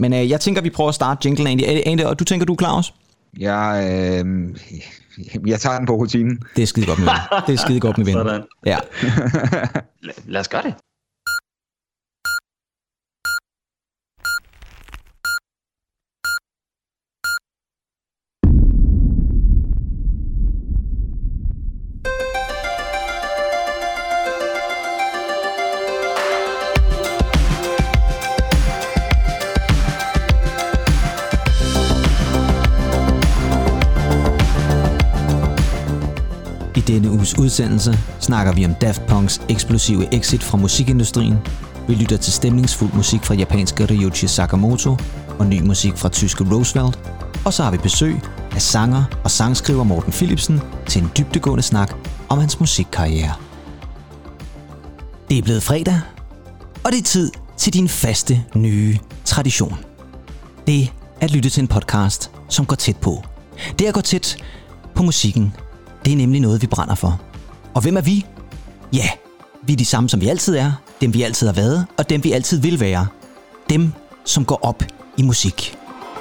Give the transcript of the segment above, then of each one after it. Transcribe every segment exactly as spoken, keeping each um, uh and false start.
Men øh, jeg tænker, vi prøver at starte jinglen, Andy. Andy, og du tænker, du er klar også? Jeg, øh, jeg tager den på rutinen. Det er skide godt med ven. Det er skide godt med ven. Sådan. Ja. Lad os gøre det. I denne uges udsendelse snakker vi om Daft Punks eksplosive exit fra musikindustrien. Vi lytter til stemningsfuld musik fra japanske Ryuichi Sakamoto og ny musik fra tyske Roosevelt. Og så har vi besøg af sanger og sangskriver Morten Philipsen til en dybdegående snak om hans musikkarriere. Det er blevet fredag, og det er tid til din faste nye tradition. Det er at lytte til en podcast, som går tæt på. Det er at gå tæt på musikken. Det er nemlig noget, vi brænder for. Og hvem er vi? Ja, vi er de samme, som vi altid er, dem vi altid har været, og dem vi altid vil være. Dem, som går op i musik.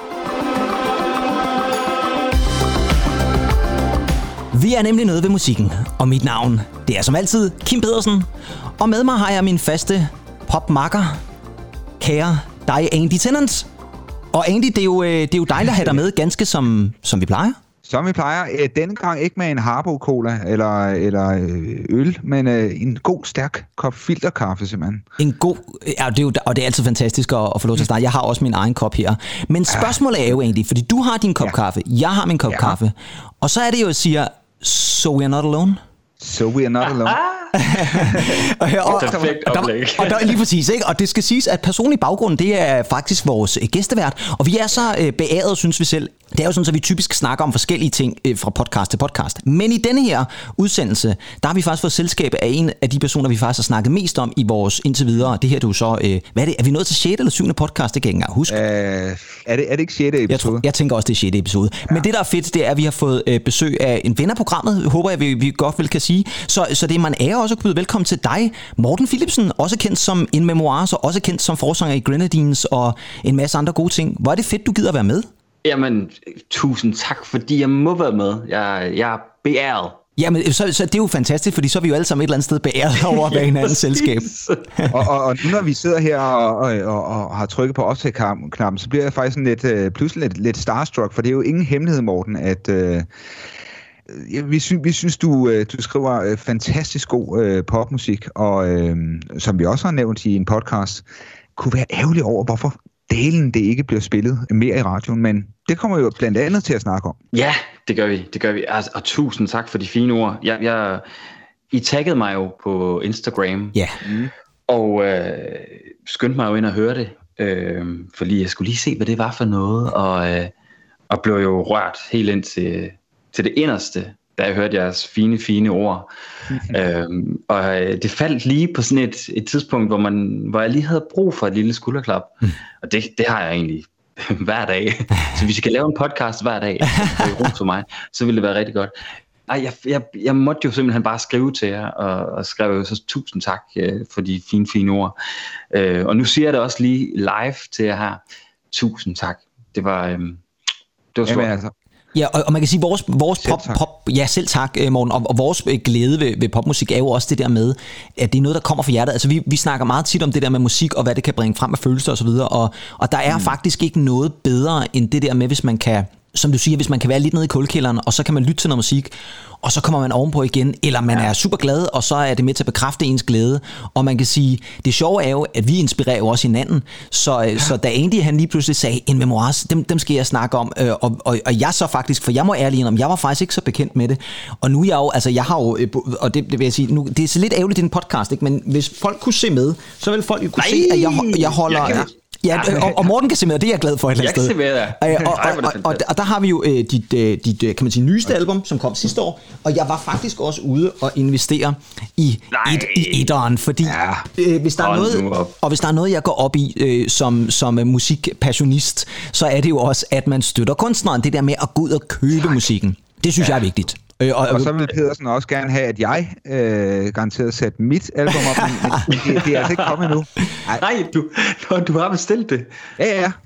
Vi er nemlig noget ved musikken, og mit navn, det er som altid Kim Pedersen. Og med mig har jeg min faste popmakker, kære dig Andy Tennant. Og Andy, det er jo, det er jo dejligt at have dig med, ganske som, som vi plejer. Som vi plejer. Denne gang ikke med en Harbo Cola eller, eller øl, men en god, stærk kop filterkaffe simpelthen. En god... Ja, det er jo, og det er altid fantastisk at, at få lov til at starte. Jeg har også min egen kop her. Men spørgsmålet er jo egentlig, fordi du har din kop ja. kaffe, jeg har min kop ja. kaffe, og så er det jo at sige, so we are not alone. So we are not alone. og, og, og, og, der, og der lige præcis, ikke? Og det skal siges, at personlig baggrund, det er faktisk vores gæstevært, og vi er så øh, beæret, synes vi selv. Det er jo sådan, at vi typisk snakker om forskellige ting øh, fra podcast til podcast. Men i denne her udsendelse, der har vi faktisk fået selskab af en af de personer, vi faktisk har snakket mest om i vores indtil videre. Det her er jo så, øh, hvad er det? Er vi nået til sjette eller syvende podcast? Det kan jeg ikke engang huske. Øh, er, det, er det ikke sjette episode? Jeg, tror, jeg tænker også, det er sjette episode. Ja. Men det, der er fedt, det er, at vi har fået øh, besøg af en ven af programmet, håber jeg, vi, vi godt vil kan sige. Så, så det er man ære også at byde velkommen til dig, Morten Philipsen, også kendt som In Memoirs, og også kendt som forsanger i Grenadines og en masse andre gode ting. Hvor er det fedt, du gider være med? Jamen, tusind tak, fordi jeg må være med. Jeg, jeg er beæret. Jamen, så, så det er jo fantastisk, fordi så er vi jo alle sammen et eller andet sted beæret over at være hinandens selskab. og, og, og nu når vi sidder her og, og, og, og har trykket på optag-knappen, så bliver jeg faktisk sådan lidt, øh, pludselig lidt, lidt starstruck, for det er jo ingen hemmelighed, Morten, at... Øh, Vi synes, vi synes du, du skriver fantastisk god øh, popmusik, og øh, som vi også har nævnt i en podcast, kunne være ærgerlig over, hvorfor delen det ikke bliver spillet mere i radioen, men det kommer jo blandt andet til at snakke om. Ja, det gør vi, det gør vi. Altså, og tusind tak for de fine ord. Jeg, jeg, I taggede mig jo på Instagram, ja. mm. og øh, skyndte mig jo ind og høre det, øh, fordi jeg skulle lige se, hvad det var for noget, og, øh, og blev jo rørt helt ind til... til det inderste, da jeg hørte jeres fine, fine ord. øhm, og det faldt lige på sådan et, et tidspunkt, hvor, man, hvor jeg lige havde brug for et lille skulderklap. Mm. Og det, det har jeg egentlig hver dag. Så hvis jeg kan lave en podcast hver dag, for mig, så ville det være rigtig godt. Ej, jeg, jeg, jeg måtte jo simpelthen bare skrive til jer, og, og skrev jo så tusind tak øh, for de fine, fine ord. Øh, og nu siger jeg det også lige live til jer her. Tusind tak. Det var, øh, det var stort. Jamen, altså. Ja, og, og man kan sige, vores, vores pop, pop, ja selv tak, Morten, og, og vores glæde ved, ved popmusik er jo også det der med, at det er noget, der kommer fra hjertet. Altså vi, vi snakker meget tit om det der med musik, og hvad det kan bringe frem af følelser og så videre, og, og der er mm. faktisk ikke noget bedre, end det der med, hvis man kan, som du siger, hvis man kan være lidt nede i kulkælderen, og så kan man lytte til noget musik, og så kommer man ovenpå igen, eller man ja. er super glad, og så er det med til at bekræfte ens glæde. Og man kan sige, det sjove er jo, at vi inspirerer jo også hinanden. Så, ja. så da Andy han lige pludselig sagde, In Memoirs, dem, dem skal jeg snakke om, og, og, og jeg så faktisk, for jeg må ærlig indrømme, jeg var faktisk ikke så bekendt med det. Og nu er jeg jo, altså jeg har jo, og det, det vil jeg sige, nu, det er så lidt ærgerligt i en podcast, ikke? Men hvis folk kunne se med, så vil folk jo kunne Nej, se, at jeg, jeg holder... Jeg Ja, og, og Morten kan se med, og det er jeg glad for et eller andet sted. Jeg kan se med, og, og, og, og, og der har vi jo øh, dit, øh, dit kan man sige, nyeste album, som kom sidste år, og jeg var faktisk også ude og investere i, et, i etteren, fordi ja. øh, hvis der er noget, og hvis der er noget, jeg går op i øh, som, som musikpassionist, så er det jo også, at man støtter kunstneren, det der med at gå ud og købe tak. musikken. Det synes ja. jeg er vigtigt. Øh, og, og så vil Pedersen også gerne have, at jeg øh, garanteret sætter mit album op, men det, det er altså ikke kommet endnu. Nej, du, du har bestilt det. Ja, ja, ja. Nej,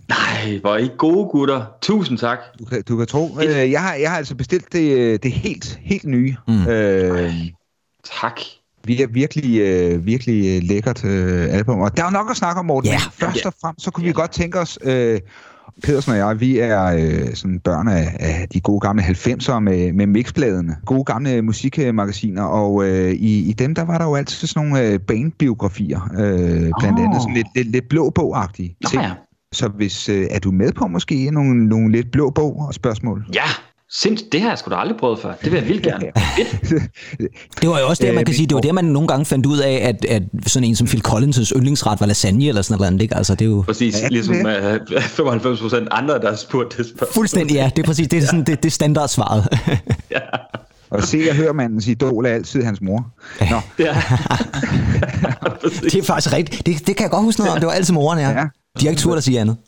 Ej, hvor er I gode gutter. Tusind tak. Du kan, du kan tro. Øh, jeg, har, jeg har altså bestilt det, det helt, helt nye. Mm. Øh, tak. Vi er virkelig, øh, virkelig lækkert øh, album. Og der er jo nok at snakke om, Morten. Yeah. Først yeah. og fremmest, så kunne yeah. vi godt tænke os... Øh, Pedersen og jeg, vi er øh, sådan børn af, af de gode gamle halvfemsere med, med mixbladene. Gode gamle musikmagasiner, og øh, i, i dem, der var der jo altid sådan nogle øh, bandbiografier. Øh, blandt oh. andet sådan lidt, lidt, lidt blå bog-agtige ting. Oh, ja. Så hvis, øh, er du med på måske nogle, nogle lidt blå bog-spørgsmål? Ja, sindssygt. Det har jeg sgu da aldrig prøvet før. Det vil jeg vildt gerne. Det var jo også det, man kan sige, det var det, man nogle gange fandt ud af, at, at sådan en som Phil Collins' yndlingsret var lasagne eller sådan noget, ikke? Altså, det er jo... Præcis, ja, ligesom uh, femoghalvfems procent andre, der har spurgt det spørgsmål. Fuldstændig, ja. Det er præcis, det er sådan, det, det er standardsvaret. Ja. Og se og hør mandens idol er altid hans mor. Nå. Ja. Det er faktisk rigtigt. Det, det kan jeg godt huske noget om. Det var altid moren, ja. ja. De har ikke turde at sige andet.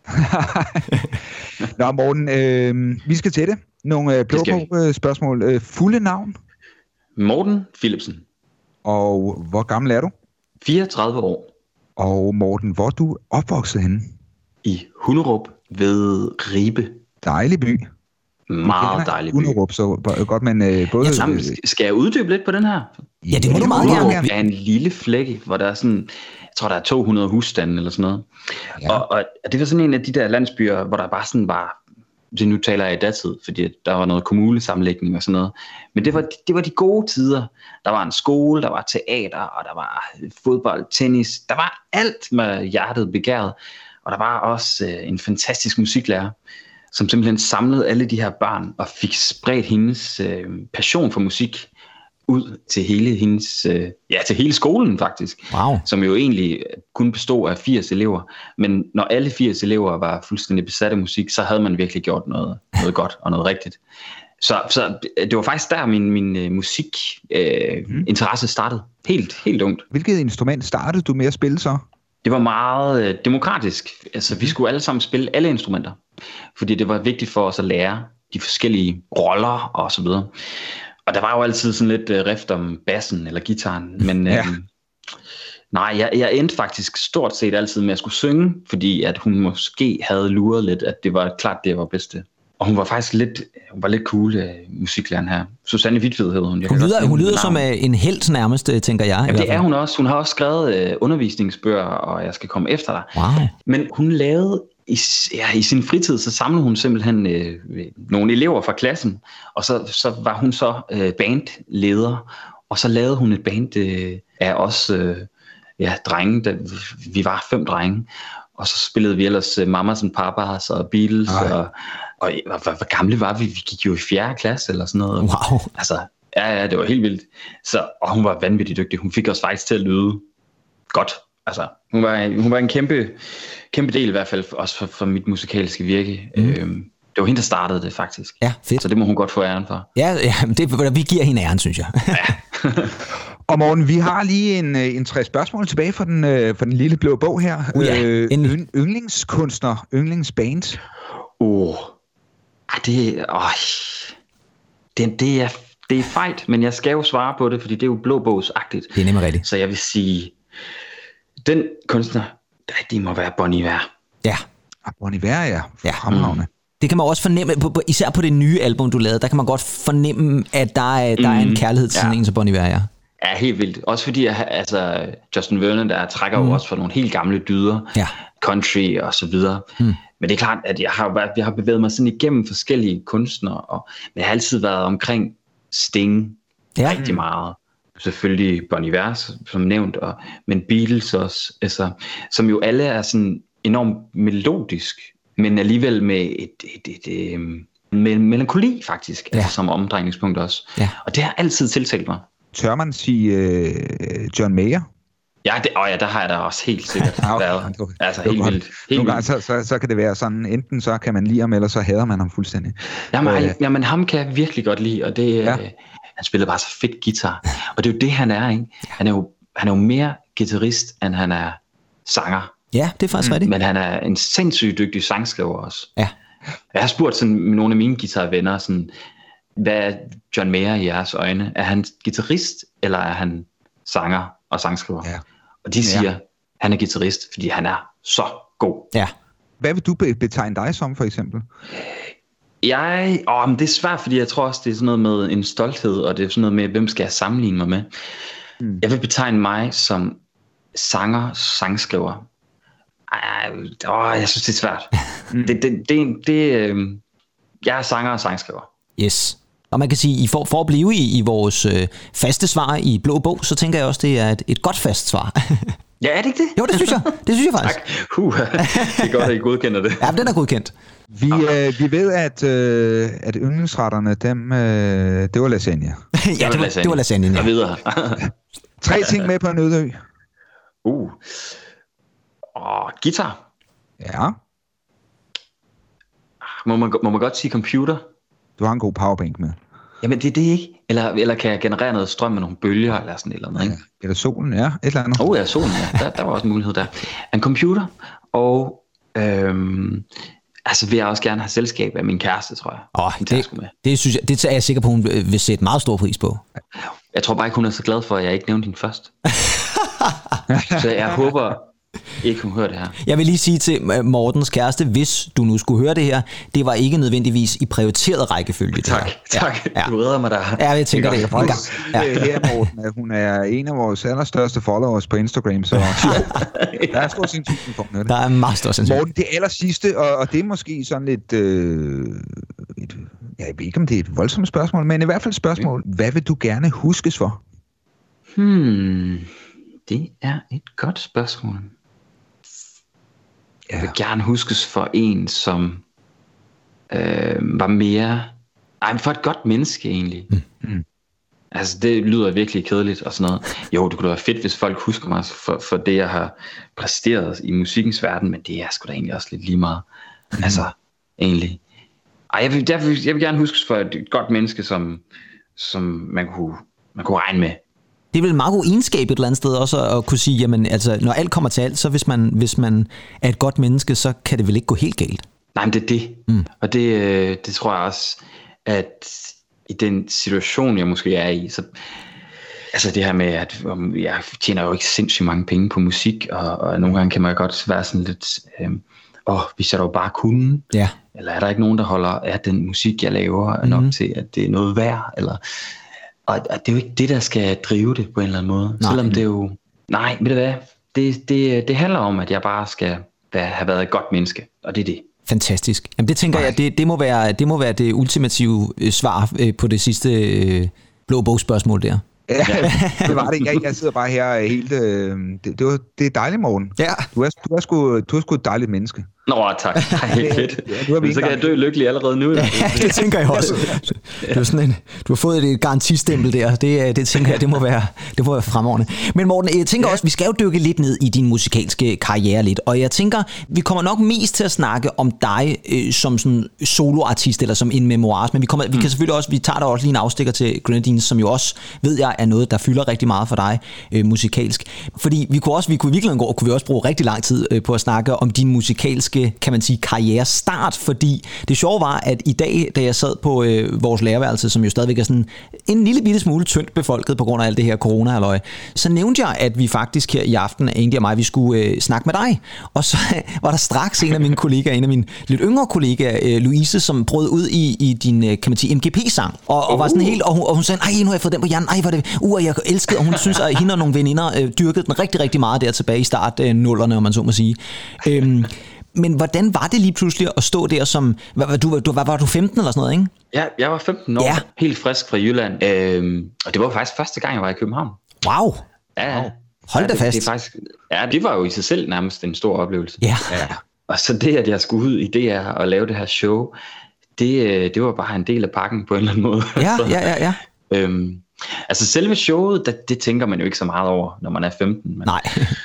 Nå, Morten, øh, vi skal til det. Nogle øh, blå spørgsmål. Øh, fulde navn? Morten Philipsen. Og hvor gammel er du? fireogtredive år. Og Morten, hvor er du opvokset henne? I Hunderup ved Ribe. Dejlig by. Meget dejlig by. Hunderup, så godt, men øh, både... Ja, sammen, skal jeg uddybe lidt på den her? Ja, det må du meget gerne. Det er en lille flække, hvor der er sådan... Jeg tror, der er to hundrede husstande eller sådan noget. Ja. Og, og det var sådan en af de der landsbyer, hvor der bare sådan var... Det nu taler jeg i datid, fordi der var noget kommunesammenlægning og sådan noget. Men det var, det var de gode tider. Der var en skole, der var teater, og der var fodbold, tennis. Der var alt med hjertet begæret. Og der var også øh, en fantastisk musiklærer, som simpelthen samlede alle de her børn og fik spredt hendes øh, passion for musik ud til hele hendes, øh, ja, til hele skolen faktisk, wow. Som jo egentlig kun bestod af firs elever, men når alle firs elever var fuldstændig besat af musik, så havde man virkelig gjort noget, noget godt og noget rigtigt. Så, så det var faktisk der min, min musikinteresse øh, startede, helt, helt ungt. Hvilket instrument startede du med at spille så? Det var meget øh, demokratisk, altså vi skulle alle sammen spille alle instrumenter, fordi det var vigtigt for os at lære de forskellige roller og så videre. Og der var jo altid sådan lidt uh, rift om bassen eller gitaren, men ja. øhm, nej, jeg, jeg endte faktisk stort set altid med at skulle synge, fordi at hun måske havde luret lidt, at det var klart det, jeg var bedst til. Og hun var faktisk lidt, hun var lidt cool, uh, musiklæreren her. Susanne Hvidtved hed hun. Jeg hun lyder, hun lyder som uh, en helt nærmest, tænker jeg. Jamen, det er hun også. Hun har også skrevet uh, undervisningsbøger, og jeg skal komme efter dig. Wow. Men hun lavede I, ja, i sin fritid, så samlede hun simpelthen øh, nogle elever fra klassen, og så, så var hun så øh, bandleder, og så lavede hun et band øh, af os øh, ja, drenge, der, vi var fem drenge, og så spillede vi ellers øh, Mamas and Papas og Beatles, Ej. og, og hvor, hvor gamle var vi? Vi gik jo i fjerde klasse eller sådan noget. Wow. Altså, ja, ja, det var helt vildt. Så, og hun var vanvittigt dygtig. Hun fik os faktisk til at lyde godt. Altså, hun var, hun var en kæmpe, kæmpe del i hvert fald, også for, for mit musikalske virke. Mm. Øhm, det var hende, der startede det faktisk. Ja, fedt. Så det må hun godt få æren for. Ja, ja det, vi giver hende æren, synes jeg. Ja. Og Morten, vi har lige en, en tre spørgsmål tilbage fra den, for den lille blå bog her. Uh, ja. øh, en... Yndlingskunstner, yndlingsband? Åh, oh. det, oh. det, det, er, det er fejt, men jeg skal jo svare på det, fordi det er jo blåbogsagtigt. Det er nemlig rigtigt. Så jeg vil sige... Den kunstner, det må være Bon Iver. Ja. Bon Iver, ja. Ja. Mm. Det kan man også fornemme, på, på, især på det nye album, du lavede, der kan man godt fornemme, at der er, der er en kærlighed til ja. sådan en som Bon Iver, ja. Ja, helt vildt. Også fordi, altså, Justin Vernon, der trækker mm. jo også for nogle helt gamle dyder, ja. country og så videre. Mm. Men det er klart, at jeg har, jeg har bevæget mig sådan igennem forskellige kunstnere, og, men jeg har altid været omkring Sting ja. rigtig meget. Selvfølgelig Bon Iver, som nævnt, og, men Beatles også, altså, som jo alle er sådan enormt melodisk, men alligevel med et, et, et, et med melankoli faktisk, ja. altså som omdrejningspunkt også. Ja. Og det har altid tiltalt mig. Tør man sige uh, John Mayer? Ja, det, åh ja, der har jeg da også helt sikkert været. Altså helt vildt. Nogle gange så, så, så kan det være sådan, enten så kan man lide ham, eller så hader man ham fuldstændig. Jamen, uh, jamen ham kan jeg virkelig godt lide, og det ja. Han spiller bare så fedt guitar. Og det er jo det, han er, ikke? Han er jo, han er jo mere guitarist, end han er sanger. Ja, det er faktisk mm. rigtigt. Men han er en sindssygt dygtig sangskriver også. Ja. Jeg har spurgt sådan, nogle af mine guitarvenner, sådan, hvad er John Mayer i jeres øjne? Er han guitarist, eller er han sanger og sangskriver? Ja. Og de siger, ja. han er guitarist, fordi han er så god. Ja. Hvad vil du betegne dig som, for eksempel? Jeg, åh, men det er svært, fordi jeg tror også, det er sådan noget med en stolthed, og det er sådan noget med, hvem skal jeg sammenligne mig med? Mm. Jeg vil betegne mig som sanger, sangskriver. Ej, åh, jeg synes, det er svært. Mm. Det, det, det, det, øh, jeg er sanger og sangskriver. Yes. Og man kan sige, I for, for at blive i, i vores øh, faste svar i Blå Bog, så tænker jeg også, det er et, et godt fast svar. Ja, er det ikke det? Jo, det synes jeg. Det synes jeg faktisk. Tak. Uh, det er godt, at I godkender det. Ja, den er godkendt. Vi, øh, vi ved, at, øh, at yndlingsretterne, dem, øh, det var lasagne. Ja, det var, det var lasagne. Ja. Og videre. Tre ting med på en øde ø. Uh. Og guitar. Ja. Må man, må man godt sige computer? Du har en god powerbank med. Jamen det er det ikke. Eller, eller kan jeg generere noget strøm med nogle bølger eller sådan et eller andet, ikke? Ja. Eller solen, ja. Et eller andet. Åh oh, ja, solen, ja. Der, der var også en mulighed der. En computer, og øhm, altså vil jeg også gerne have selskab af min kæreste, tror jeg. Åh, oh, det, det, synes jeg, det er jeg sikker på, hun vil sætte meget stor pris på. Jeg tror bare ikke, hun er så glad for, at jeg ikke nævnte hende først. Så jeg håber ikke, hun hører det her. Jeg vil lige sige til Mortens kæreste, hvis du nu skulle høre det her, det var ikke nødvendigvis i prioriteret rækkefølge. Tak, tak. Ja, ja. Du redder mig der. Ja, jeg tænker det. Jeg kan faktisk sige her, Morten, at hun er en af vores allerstørste followers på Instagram, så der er stor sandsynlighed for det. Der er meget stor sandsynlighed. Morten, det aller sidste, og, og det er måske sådan lidt, øh, et, jeg ved ikke, om det er et voldsomt spørgsmål, men i hvert fald et spørgsmål. Hvad vil du gerne huskes for? Hmm, det er et godt spørgsmål. Jeg vil gerne huskes for en, som øh, var mere... Ej, for et godt menneske, egentlig. Mm. Mm. Altså, det lyder virkelig kedeligt og sådan noget. Jo, det kunne da være fedt, hvis folk husker mig for, for det, jeg har præsteret i musikkens verden, men det er sgu da egentlig også lidt lige meget. Mm. Altså, egentlig. Ej, jeg vil, jeg, vil, jeg vil gerne huskes for et godt menneske, som, som man, kunne, man kunne regne med. Det er vel en meget god egenskab et eller andet sted også at kunne sige, jamen altså, når alt kommer til alt, så hvis man, hvis man er et godt menneske, så kan det vel ikke gå helt galt? Nej, men det er det. Mm. Og det, det tror jeg også, at i den situation, jeg måske er i, så altså det her med, at jeg tjener jo ikke sindssygt mange penge på musik, og, og nogle gange kan man godt være sådan lidt, åh, øh, oh, hvis jeg dog bare kunne, ja. Eller er der ikke nogen, der holder af den musik, jeg laver, mm. nok til, at det er noget værd, eller... Og det er jo ikke det, der skal drive det på en eller anden måde. Nej. Selvom det er jo... Nej, ved du hvad? Det, det, det handler om, at jeg bare skal være, have været et godt menneske. Og det er det. Fantastisk. Jamen det tænker Nej. jeg, det, det, må være, det må være det ultimative svar på det sidste øh, Blå Bog-spørgsmål der. Ja, det var det. Jeg, jeg sidder bare her helt... Øh, det, det, var, det er dejligt, Morten. Ja. Du er, du er, sgu, du er sgu et dejligt menneske. Nå, tak. Ej, helt fedt. Ja, så kan jeg dø lykkelig allerede nu. Ja, det tænker jeg også. Du, er sådan en, du har fået et garantistempel der. Det, det tænker jeg, det må være, det må være fremragende. Men Morten, jeg tænker ja. også, vi skal jo dykke lidt ned i din musikalske karriere lidt. Og jeg tænker, vi kommer nok mest til at snakke om dig øh, som sådan soloartist eller som en memoir. Men vi, kommer, mm. vi kan selvfølgelig også, vi tager da også lige en afstikker til Grenadines, som jo også, ved jeg, er noget, der fylder rigtig meget for dig øh, musikalsk. Fordi vi kunne også, vi kunne virkelig gå, kunne vi også bruge rigtig lang tid øh, på at snakke om din musikalske, kan man sige, karrierestart, fordi det sjove var, at i dag, da jeg sad på øh, vores lærerværelse, som jo stadigvæk er sådan en lille bitte smule tyndt befolket på grund af alt det her corona-halløj, så nævnte jeg, at vi faktisk her i aften, Andy og mig, vi skulle øh, snakke med dig. Og så var der straks en af mine kollegaer, en af mine lidt yngre kollegaer, øh, Louise, som brød ud i, i din, øh, kan man sige, M G P-sang. Og, og var sådan helt, og hun, og hun sagde, ej, nu har jeg fået den på hjernen, ej, hvor det, uh, jeg elskede, og hun synes, at hende og nogle veninder øh, dyrkede den rigtig, rigtig meget der tilbage i start øh, nullerne, om man så må sige. Øhm, Men hvordan var det lige pludselig at stå der som... Var du, du, var, var du femten eller sådan noget, ikke? Ja, jeg var femten år. Ja. Helt frisk fra Jylland. Øhm, og det var faktisk første gang, jeg var i København. Wow! Ja, wow. Hold ja, da det, fast. Det, det faktisk, ja, det var jo i sig selv nærmest en stor oplevelse. Ja. ja. Og så det, at jeg skulle ud i D R og lave det her show, det, det var bare en del af pakken på en eller anden måde. Ja, så, ja, ja. ja. Øhm, altså selve showet, det, det tænker man jo ikke så meget over, når man er femten. Men nej.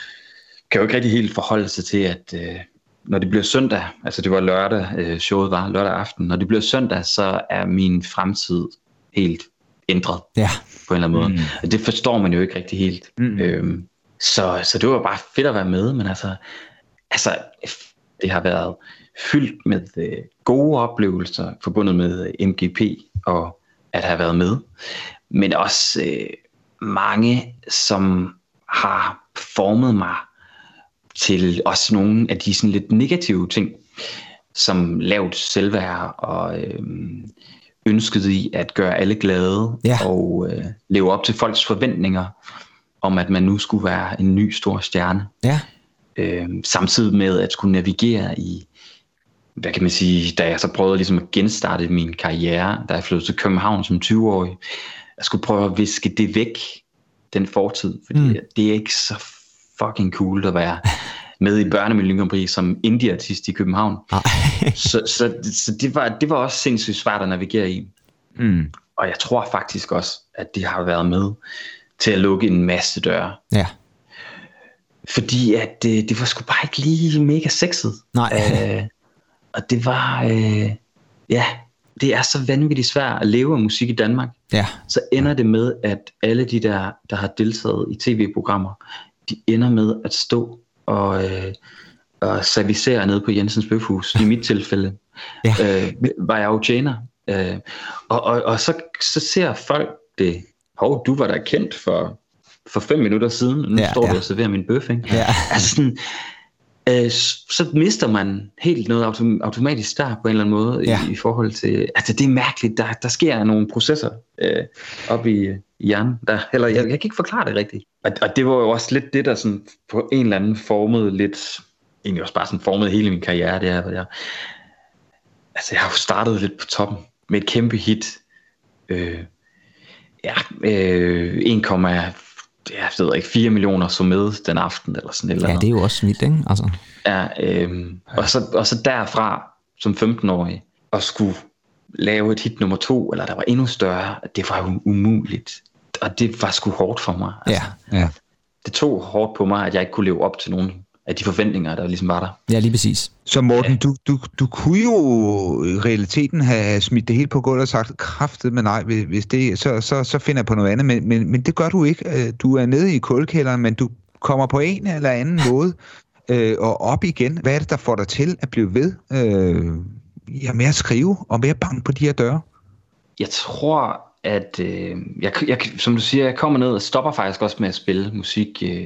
Kan jo ikke rigtig helt forholde sig til, at... Øh, når det bliver søndag, altså det var lørdag, øh, showet var lørdag aften, når det bliver søndag, så er min fremtid helt ændret ja. på en eller anden måde. Mm. Og det forstår man jo ikke rigtig helt. Mm. Øhm, så, så det var bare fedt at være med, men altså, altså det har været fyldt med øh, gode oplevelser forbundet med øh, M G P og at have været med, men også øh, mange, som har formet mig til også nogle af de sådan lidt negative ting, som lavt selvværd og øh, ønsket i at gøre alle glade, ja. og øh, leve op til folks forventninger om, at man nu skulle være en ny stor stjerne. Ja. Øh, samtidig med at skulle navigere i, hvad kan man sige, da jeg så prøvede ligesom at genstarte min karriere, da jeg flyttede til København som tyve-årig, jeg skulle prøve at viske det væk, den fortid, fordi mm. det er ikke så fucking cool at være med i Børnemelodi Grand Prix som indie-artist i København. så så, så det, var, det var også sindssygt svært at navigere i. Mm. Og jeg tror faktisk også, at det har været med til at lukke en masse døre. Ja. Fordi at det, det var sgu bare ikke lige mega sexet. Nej. Øh, og det var, øh, ja, det er så vanvittigt svært at leve af musik i Danmark. Ja. Så ender det med, at alle de der, der har deltaget i tv-programmer, de ender med at stå og, øh, og servicere nede på Jensens Bøfhus. I mit tilfælde ja. øh, var jeg jo tjener. Øh, og og, og så, så ser folk det. Hov, du var da kendt for, for fem minutter siden, og nu ja, står ja. du og serverer min bøf, ikke? Ja. Altså sådan, øh, så mister man helt noget autom- automatisk der på en eller anden måde ja. i, i forhold til, altså det er mærkeligt, der, der sker nogle processer øh, op i, i hjernen, der, eller jeg, jeg kan ikke forklare det rigtigt. Og, og det var jo også lidt det, der sådan på en eller anden formede lidt, egentlig også bare sådan formede hele min karriere, det er, jeg, altså jeg har jo startet lidt på toppen med et kæmpe hit, øh, ja, øh, en komma fire millioner så med den aften eller sådan et eller andet. Ja, det er jo også vildt, ikke? Altså. Ja, øh, og, så, og så derfra som femten-årig og skulle lave et hit nummer to, eller der var endnu større, det var jo umuligt. Og det var sgu hårdt for mig. Altså, ja, ja. Det tog hårdt på mig, at jeg ikke kunne leve op til nogen af de forventninger, der ligesom var der. Ja, lige præcis. Så Morten, ja. du, du, du kunne jo i realiteten have smidt det helt på gulvet og sagt, kraftet med nej, hvis det, så, så, så finder jeg på noget andet, men, men, men det gør du ikke. Du er nede i kulkælderen, men du kommer på en eller anden måde øh, og op igen. Hvad er det, der får dig til at blive ved øh, ja, med at skrive og med at banke på de her døre? Jeg tror, at øh, jeg, jeg, som du siger, jeg kommer ned og stopper faktisk også med at spille musik øh,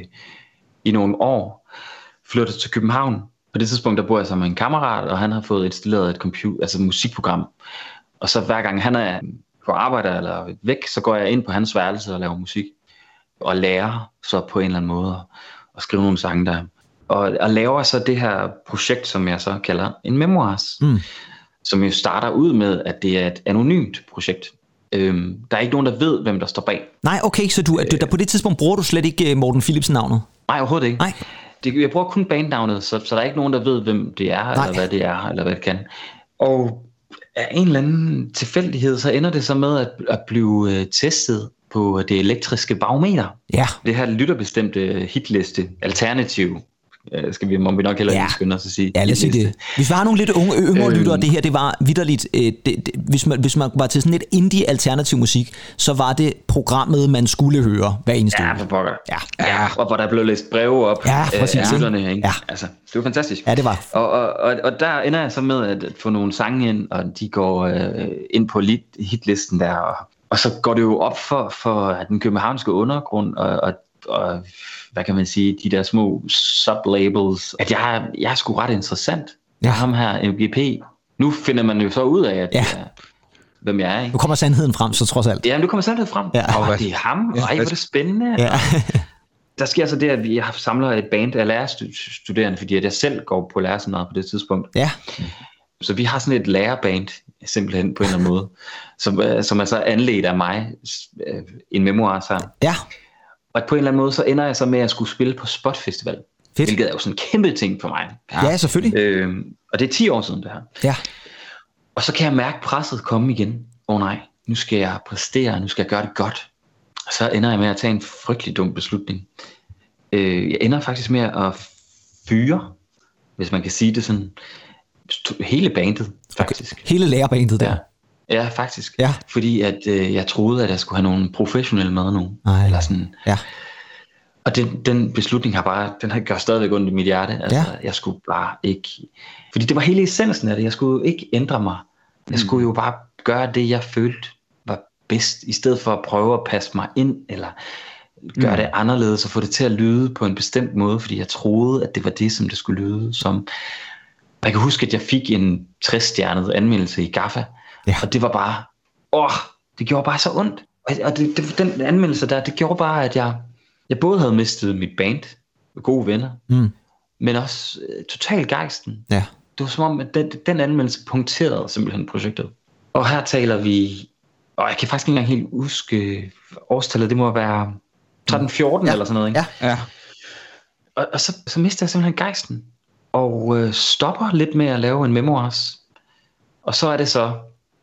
i nogle år. Flyttede til København. På det tidspunkt, der bor jeg sammen med en kammerat, og han har fået installeret et computer, altså et musikprogram. Og så hver gang han er på arbejde eller væk, så går jeg ind på hans værelse og laver musik. Og lærer så på en eller anden måde at skrive nogle sange der. Og, og laver så det her projekt, som jeg så kalder en memoirs. Mm. Som jo starter ud med, at det er et anonymt projekt. Øhm, der er ikke nogen, der ved, hvem der står bag. Nej, okay, så du, der, på det tidspunkt bruger du slet ikke Morten Philipsen-navnet? Nej, overhovedet ikke. Nej. Det, jeg bruger kun bandnavnet, så, så der er ikke nogen, der ved, hvem det er, Nej. eller hvad det er, eller hvad det kan. Og af en eller anden tilfældighed, så ender det så med at, at blive uh, testet på det elektriske barometer. Ja. Det her lytterbestemte hitliste, alternativ, uh, skal vi, må vi nok hellere ja. skynde os at sige. Ja, lad os sige det. Hvis vi har nogle lidt unge, yngre øhm. lyttere, det her, det var vitterligt, øh, det, det, hvis, man, hvis man var til sådan lidt indie-alternativ musik, så var det programmet, man skulle høre hver eneste Ja, uge. for pokker. Ja. Ja, og hvor der blev læst breve op ja, præcis, af lytterne. Ikke? Ja. Altså, det var fantastisk. Ja, det var. Og, og, og, og der ender jeg så med at få nogle sange ind, og de går øh, ind på hitlisten der, og, og så går det jo op for, for den københavnske undergrund, og, og, og hvad kan man sige, de der små sublabels, at jeg, jeg er sgu ret interessant. Ja. Ham her, M G P. Nu finder man jo så ud af, at ja. jeg, hvem jeg er. Ikke? Nu kommer sandheden frem, så trods alt. Ja, nu kommer sandheden frem. Ja. Og det er ham. Ja. Ej, hvor er det spændende. Ja. Der sker så det, at vi samler et band af lærerstuderende, fordi jeg selv går på lærerseminaret på det tidspunkt. Ja. Så vi har sådan et lærerband, simpelthen på en eller anden måde, som, som er så anledt af mig, en memoir sammen. Ja. Og på en eller anden måde, så ender jeg så med at skulle spille på Spot Festival. Fedt. Hvilket er jo sådan en kæmpe ting for mig. Ja, ja selvfølgelig. Øh, og det er ti år siden det her. Ja. Og så kan jeg mærke presset komme igen. Åh oh, nej, nu skal jeg præstere, nu skal jeg gøre det godt. Og så ender jeg med at tage en frygtelig dum beslutning. Øh, jeg ender faktisk med at fyre, hvis man kan sige det sådan, hele bandet faktisk. Okay. Hele lærerbandet der? Ja, ja faktisk. Ja. Fordi at øh, jeg troede, at jeg skulle have nogle professionelle med nu. Ej. Eller sådan. Ja. Og den, den beslutning har bare, den har gør stadigvæk ondt i mit hjerte. Altså, ja. Jeg skulle bare ikke, fordi det var hele essensen af det. Jeg skulle ikke ændre mig. Jeg skulle jo bare gøre det, jeg følte var bedst, i stedet for at prøve at passe mig ind, eller gøre Mm. det anderledes og få det til at lyde på en bestemt måde, fordi jeg troede, at det var det, som det skulle lyde som. Jeg kan huske, at jeg fik en tres-stjernet anmeldelse i Gaffa, Ja. og det var bare, åh, det gjorde bare så ondt. Og- Og det, det, den anmeldelse der, det gjorde bare, at jeg, jeg både havde mistet mit band, gode venner, Mm. men også øh, totalt gejsten. Ja. Det var som om, at den, den anmeldelse punkterede simpelthen projektet. Og her taler vi, og jeg kan faktisk ikke engang helt huske årstallet, det må være tretten fjorten Ja. eller sådan noget, ikke? Ja. Ja. Og, og så, så mister jeg simpelthen gejsten, og øh, stopper lidt med at lave en memoirs. Og så er det så,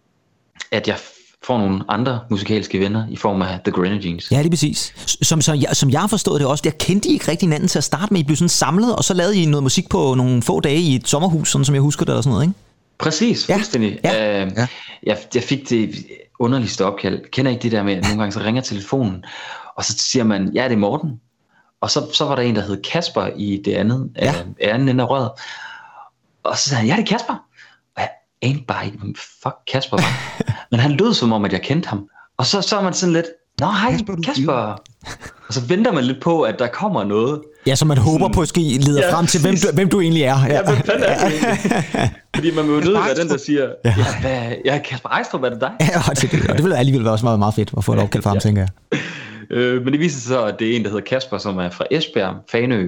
at jeg får nogle andre musikalske venner i form af The Grenadines. Ja, det er præcis. Som, som, jeg, som jeg har forstået det også, jeg kendte I ikke rigtig hinanden til at starte med. I blev sådan samlet, og så lavede I noget musik på nogle få dage i et sommerhus, sådan som jeg husker det, eller sådan noget, ikke? Præcis, Ja. fuldstændig. Ja. Øh, Ja. jeg, jeg fik det underligste opkald. Kender ikke det der med, at nogle gange så ringer telefonen, og så siger man, ja, det er Morten. Og så, så var der en, der hed Kasper i det andet, Ja. øh, anden ende af røret. Og så sagde han, ja, det er Kasper. Og jeg anede bare ikke, hvem fuck Kasper var. Men han lød som om, at jeg kendte ham. Og så, så er man sådan lidt, nå hej, Kasper, Kasper. du Kasper. Og så venter man lidt på, at der kommer noget. Ja, så man håber på, at ske leder Ja, frem til, hvem præcis. du, hvem du egentlig er. Ja, hvem fanden er det egentlig? Fordi man må jo nødt være den, der siger, Ja. ja, hvad, ja Kasper Ejstrup, er det dig? Ja, og det, og det ville alligevel være også meget, meget fedt at få et opkald fra ham, Ja. tænker jeg. Øh, men det viser sig så, at det er en, der hedder Kasper, som er fra Esbjerg, Fanø.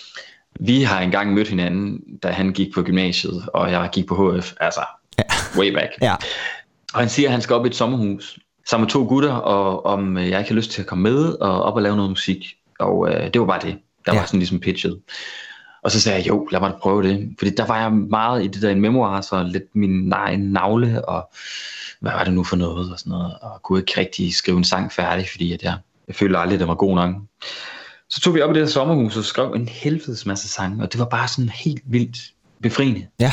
Vi har engang mødt hinanden, da han gik på gymnasiet, og jeg gik på H F, altså Ja. way back. Ja. Og han siger, at han skal op i et sommerhus sammen med to gutter, og om jeg ikke har lyst til at komme med og op og lave noget musik. Og øh, det var bare det. Der Ja. var sådan ligesom pitchet. Og så sagde jeg, jo, lad mig da prøve det. Fordi der var jeg meget i det der memoir, så lidt min egen navle, og hvad var det nu for noget, og sådan noget. Og kunne ikke rigtig skrive en sang færdig, fordi at jeg, jeg følte aldrig, at den var god nok. Så tog vi op i det her sommerhus og skrev en helvedes masse sange, og det var bare sådan helt vildt befriende. Ja.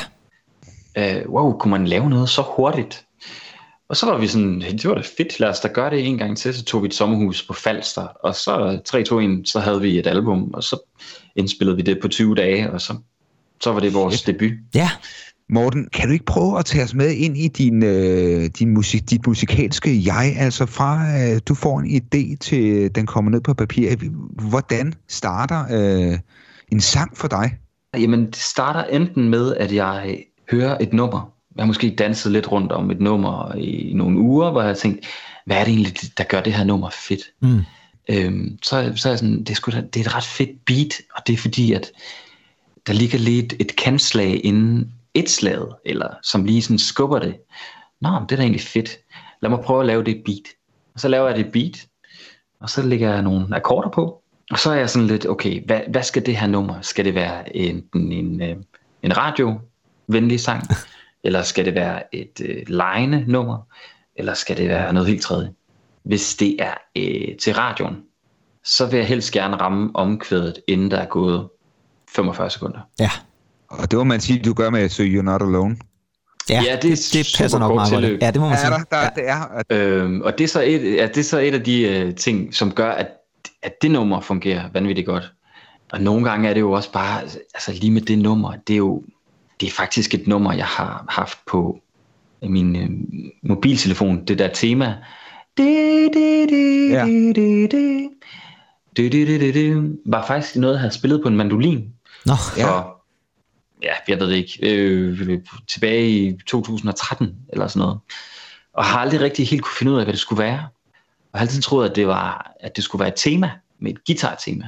Uh, wow, kunne man lave noget så hurtigt? Og så var vi sådan, hey, det var da fedt, lad os da gøre det en gang til. Så tog vi et sommerhus på Falster, og så tre to en, så havde vi et album, og så indspillede vi det på tyve dage, og så, så var det vores debut. Ja. Morten, kan du ikke prøve at tage os med ind i din, øh, din musik, dit musikalske jeg? Altså fra, øh, du får en idé til den kommer ned på papir. Hvordan starter øh, en sang for dig? Jamen, det starter enten med, at jeg hører et nummer. Jeg har måske danset lidt rundt om et nummer i nogle uger, hvor jeg har tænkt, hvad er det egentlig, der gør det her nummer fedt? Mm. Øhm, så, så er jeg sådan, det er, sgu da, det er et ret fedt beat, og det er fordi, at der ligger lidt et kantslag inden et slaget, eller som lige sådan skubber det. Nå, men det er da egentlig fedt. Lad mig prøve at lave det beat. Og så laver jeg det beat, og så lægger jeg nogle akkorder på, og så er jeg sådan lidt, okay, hvad, hvad skal det her nummer? Skal det være enten en, en, en radiovenlig sang, eller skal det være et øh, lejende nummer, eller skal det være noget helt tredje? Hvis det er øh, til radioen, så vil jeg helst gerne ramme omkvædet, inden der er gået femogfyrre sekunder. Ja. Og det må man sige, du gør med So You're Not Alone. Ja, Ja, det er det, det passer super nok kort meget godt. tilløb. Ja, det må man Er sige. der, der, Ja. det er, Øhm, og det er, så et, ja, det er så et af de øh, ting, som gør, at, at det nummer fungerer vanvittigt godt. Og nogle gange er det jo også bare, altså lige med det nummer, det er jo, det er faktisk et nummer, jeg har haft på min øh, mobiltelefon, det der tema. Det, det, det, Ja. det, det, det. Det, det, det, det, det, var faktisk noget, jeg havde spillet på en mandolin. Nå, Ja. For, ja, jeg ved det ikke, øh, tilbage i to tusind og tretten eller sådan noget. Og har aldrig rigtig helt kunne finde ud af, hvad det skulle være. Og har altid troet, at det, var, at det skulle være et tema, med et guitar-tema.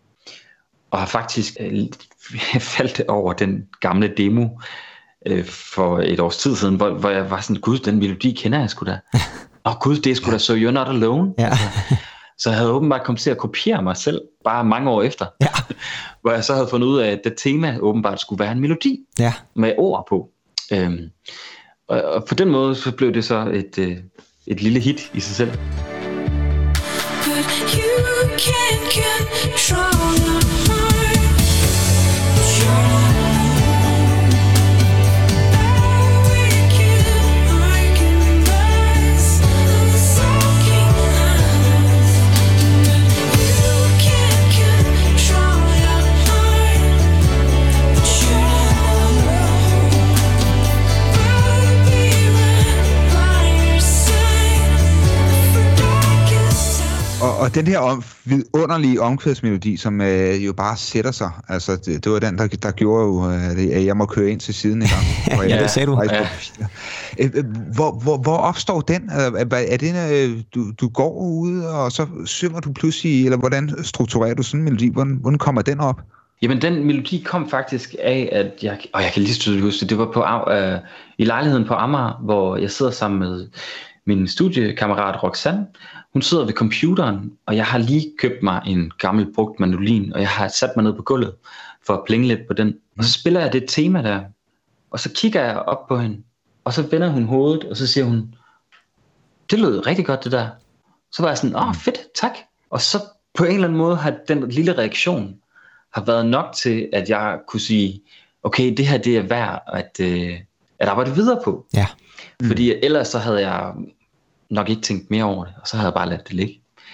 Og har faktisk øh, faldt over den gamle demo øh, for et års tid siden, hvor, hvor jeg var sådan, gud, den melodi kender jeg sgu da. Åh gud, det er sgu da So You're Not Alone. ja. Så jeg havde åbenbart kommet til at kopiere mig selv, bare mange år efter. Ja. Hvor jeg så havde fundet ud af, at det tema åbenbart skulle være en melodi Ja. med ord på. Øhm, og, og på den måde så blev det så et, øh, et lille hit i sig selv. But you can't control your heart. You're awake in darkness, soaking eyes. You can't control your heart. You're alone. I'll be right by your side for darkest times. og, og og den her om, vidunderlige omkvædsmelodi, som øh, jo bare sætter sig, altså det, det var den, der, der gjorde jo, øh, at jeg må køre ind til siden en gang. Ja, det sagde du. Ja. Hvor, hvor, hvor opstår den? Er det, øh, du, du går ude, og så synger du pludselig, eller hvordan strukturerer du sådan en melodi? Hvordan, hvordan kommer den op? Jamen, den melodi kom faktisk af, at jeg, og jeg kan lige tydeligt huske det, det var på, øh, i lejligheden på Amager, hvor jeg sidder sammen med min studiekammerat Roxanne. Hun sidder ved computeren, og jeg har lige købt mig en gammel brugt mandolin, og jeg har sat mig ned på gulvet for at plinge lidt på den. Og så spiller jeg det tema der, og så kigger jeg op på hende, og så vender hun hovedet, og så siger hun, det lød rigtig godt det der. Så var jeg sådan, åh fedt, tak. Og så på en eller anden måde har den lille reaktion har været nok til, at jeg kunne sige, okay, det her det er værd at, øh, at arbejde videre på. Ja. Mm. Fordi ellers så havde jeg nok ikke tænkt mere over det, og så havde jeg bare ladet det ligge.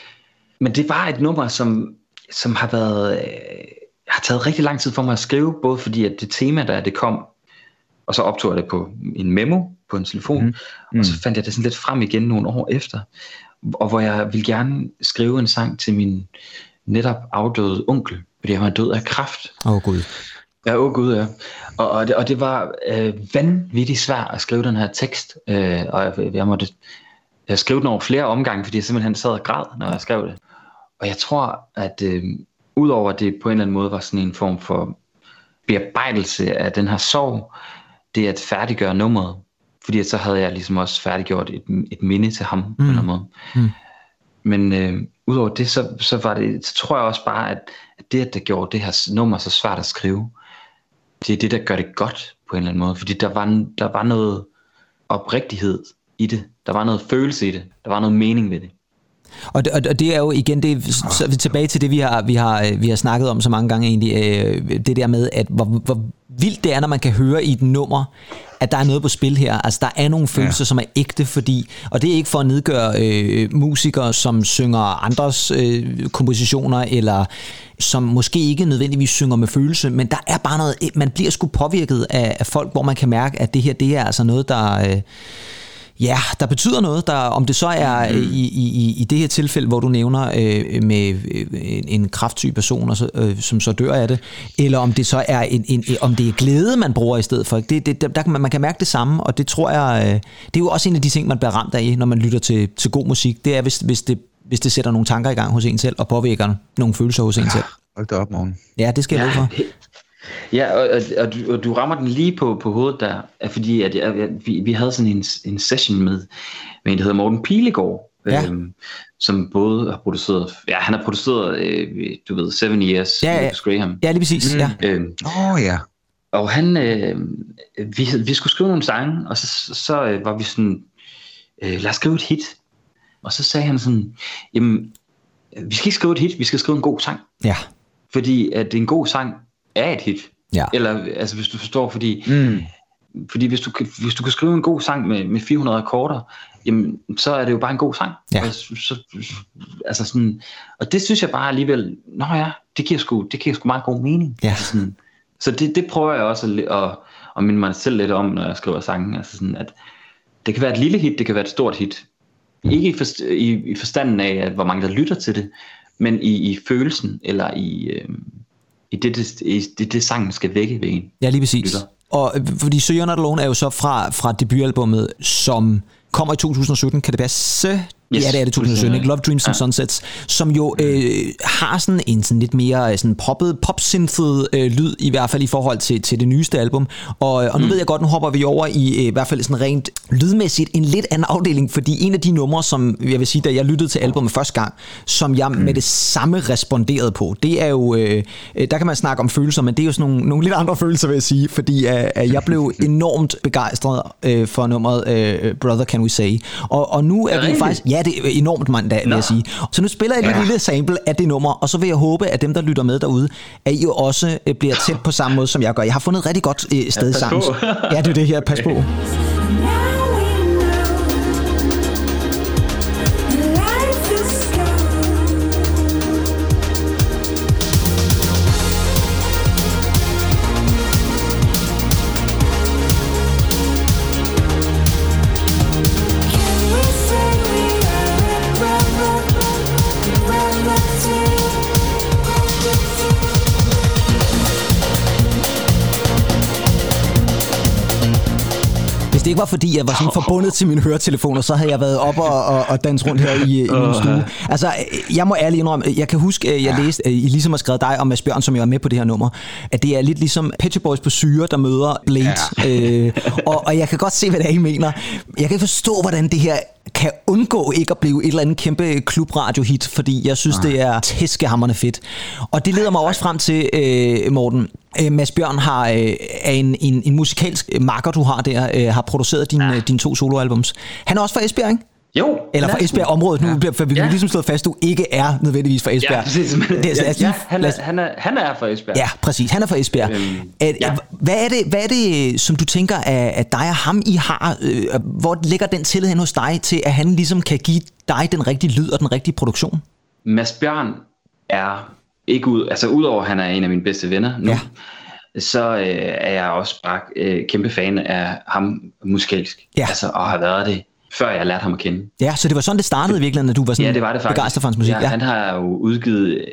Men det var et nummer, som, som har været, øh, har taget rigtig lang tid for mig at skrive, både fordi at det tema der, det kom, og så optog jeg det på en memo på en telefon, mm. Mm. og så fandt jeg det sådan lidt frem igen nogle år efter, og hvor jeg ville gerne skrive en sang til min netop afdøde onkel, fordi han var død af kræft. Åh oh, gud. Ja, åh oh, gud, ja. Og, og, det, og det var øh, vanvittigt svært at skrive den her tekst, øh, og jeg, jeg måtte jeg skrev den over flere omgange, fordi jeg simpelthen sad og græd, når jeg skrev det. Og jeg tror, at øh, udover at det på en eller anden måde var sådan en form for bearbejdelse af den her sorg, det at færdiggøre nummeret, fordi så havde jeg ligesom også færdiggjort et, et minde til ham mm. på en eller anden måde. Mm. Men øh, udover det, så, så var det, så tror jeg også bare, at, at det, at det gjorde det her nummer så svært at skrive, det er det, der gør det godt på en eller anden måde. Fordi der var, der var noget oprigtighed i det. Der var noget følelse i det. Der var noget mening ved det. Og det, og det er jo igen det, så er vi tilbage til det vi har vi har vi har snakket om så mange gange egentlig, øh, det der med at hvor, hvor vildt det er, når man kan høre i et nummer, at der er noget på spil her. Altså der er nogle følelser, ja. som er ægte, fordi og det er ikke for at nedgøre øh, musikere, som synger andres øh, kompositioner eller som måske ikke nødvendigvis synger med følelse, men der er bare noget, man bliver sgu påvirket af, af folk, hvor man kan mærke, at det her det er altså noget der øh, ja, der betyder noget, der, om det så er mm. i, i, i det her tilfælde, hvor du nævner øh, med øh, en kræftsyg person, og så, øh, som så dør af det, eller om det så er en, en, om det er glæde, man bruger i stedet for. Det, det, der kan man, man kan mærke det samme, og det tror jeg, øh, det er jo også en af de ting, man bliver ramt af, når man lytter til, til god musik. Det er, hvis, hvis, det, hvis det sætter nogle tanker i gang hos en selv, og påvirker nogle følelser hos en selv. Hold da op, morgen. Ja, det skal jeg ja, love for. Ja, og, og, og, du, og du rammer den lige på, på hovedet der, fordi at, at, at vi, vi havde sådan en, en session med, med en, der hedder Morten Pilegaard, ja. øhm, som både har produceret, ja, han har produceret, øh, du ved, Seven Years, ja, ja. Lucas Graham. Ja, lige præcis, mm. ja. Øhm, oh, ja. Og han, øh, vi, vi skulle skrive nogle sange, og så, så, så øh, var vi sådan, øh, lad os skrive et hit. Og så sagde han sådan, jamen, vi skal ikke skrive et hit, vi skal skrive en god sang. Ja. Fordi at en god sang er et hit. Ja. Eller altså hvis du forstår, fordi mm. fordi hvis du hvis du kan skrive en god sang med med fire hundrede akkorder, jamen så er det jo bare en god sang. Ja. Og, så, altså sådan, og det synes jeg bare alligevel, nå ja, det giver sgu det giver sgu meget god mening. Ja. Altså sådan, så det det prøver jeg også at, at, at minde mig selv lidt om, når jeg skriver sange, altså sådan at det kan være et lille hit, det kan være et stort hit. Ikke i, forst, i, i forstanden af at hvor mange der lytter til det, men i, i følelsen eller i øh, I det, det, det, det sangen skal vække ved en. Ja, lige præcis. Lytter. Og fordi So You're Not Alone er jo så fra, fra debutalbummet, som kommer i to tusind og sytten. Kan det passe? Yes, ja, det er det to tusind og sytten. Love, Dreams and Sunsets, som jo øh, har sådan en sådan lidt mere sådan poppet, pop-synthet øh, lyd, i hvert fald i forhold til, til det nyeste album. Og, og nu mm. ved jeg godt, nu hopper vi over i øh, i hvert fald sådan rent lydmæssigt en lidt anden afdeling, fordi en af de numre, som jeg vil sige, da jeg lyttede til albumet første gang, som jeg mm. med det samme responderede på, det er jo, øh, der kan man snakke om følelser, men det er jo sådan nogle, nogle lidt andre følelser, vil jeg sige, fordi øh, jeg blev enormt begejstret øh, for nummeret øh, Brother Can We Say. Og, og nu er, er vi faktisk, ja, det er enormt mand, da, vil jeg sige. Så nu spiller jeg et ja. lille sample af det nummer, og så vil jeg håbe, at dem, der lytter med derude, at I jo også bliver tæt på samme måde, som jeg gør. Jeg har fundet et rigtig godt øh, sted ja, sammen. Ja, det er det her. Pas på. Can we say we are brother, brother? Hvis det ikke var fordi, jeg var sådan forbundet til mine høretelefoner, så havde jeg været op og, og, og danset rundt her i, i min stue. Altså, jeg må ærligt indrømme, jeg kan huske, jeg læste, I ligesom har skrevet dig og Mads Bjørn, som jeg var med på det her nummer, at det er lidt ligesom Pet Shop Boys på syre, der møder Blade. Ja. Øh, og, og jeg kan godt se, hvad det er, I mener. Jeg kan forstå, hvordan det her kan undgå ikke at blive et eller andet kæmpe klubradiohit, fordi jeg synes, det er tæskehamrende fedt. Og det leder mig også frem til, øh, Morten, øh, Mads Bjørn har, øh, er en, en, en musikalsk makker, du har der, øh, har produceret din, ja. dine to soloalbums. Han er også fra Esbjerg, ikke? Jo. Eller fra Esbjerg-området nu, ja. For vi ja. ligesom slået fast, at du ikke er nødvendigvis fra Esbjerg. Ja, præcis. Det er, altså, ja, han, er, han, er, han er fra Esbjerg. Ja, præcis. Han er fra Esbjerg. Øhm, At, ja. hvad, er det, hvad er det, som du tænker, at, at dig og ham I har? Øh, hvor ligger den tillid hen hos dig til, at han ligesom kan give dig den rigtige lyd og den rigtige produktion? Mads Bjørn er ikke ud, altså udover at han er en af mine bedste venner nu, ja. så øh, er jeg også bare øh, kæmpe fan af ham musikalsk. Ja. Altså, og har været det, før jeg lærte ham at kende. Ja, så det var sådan, det startede virkelig, at du var sådan ja, det var det begejstret for hans musik. Ja, ja. Han har jo udgivet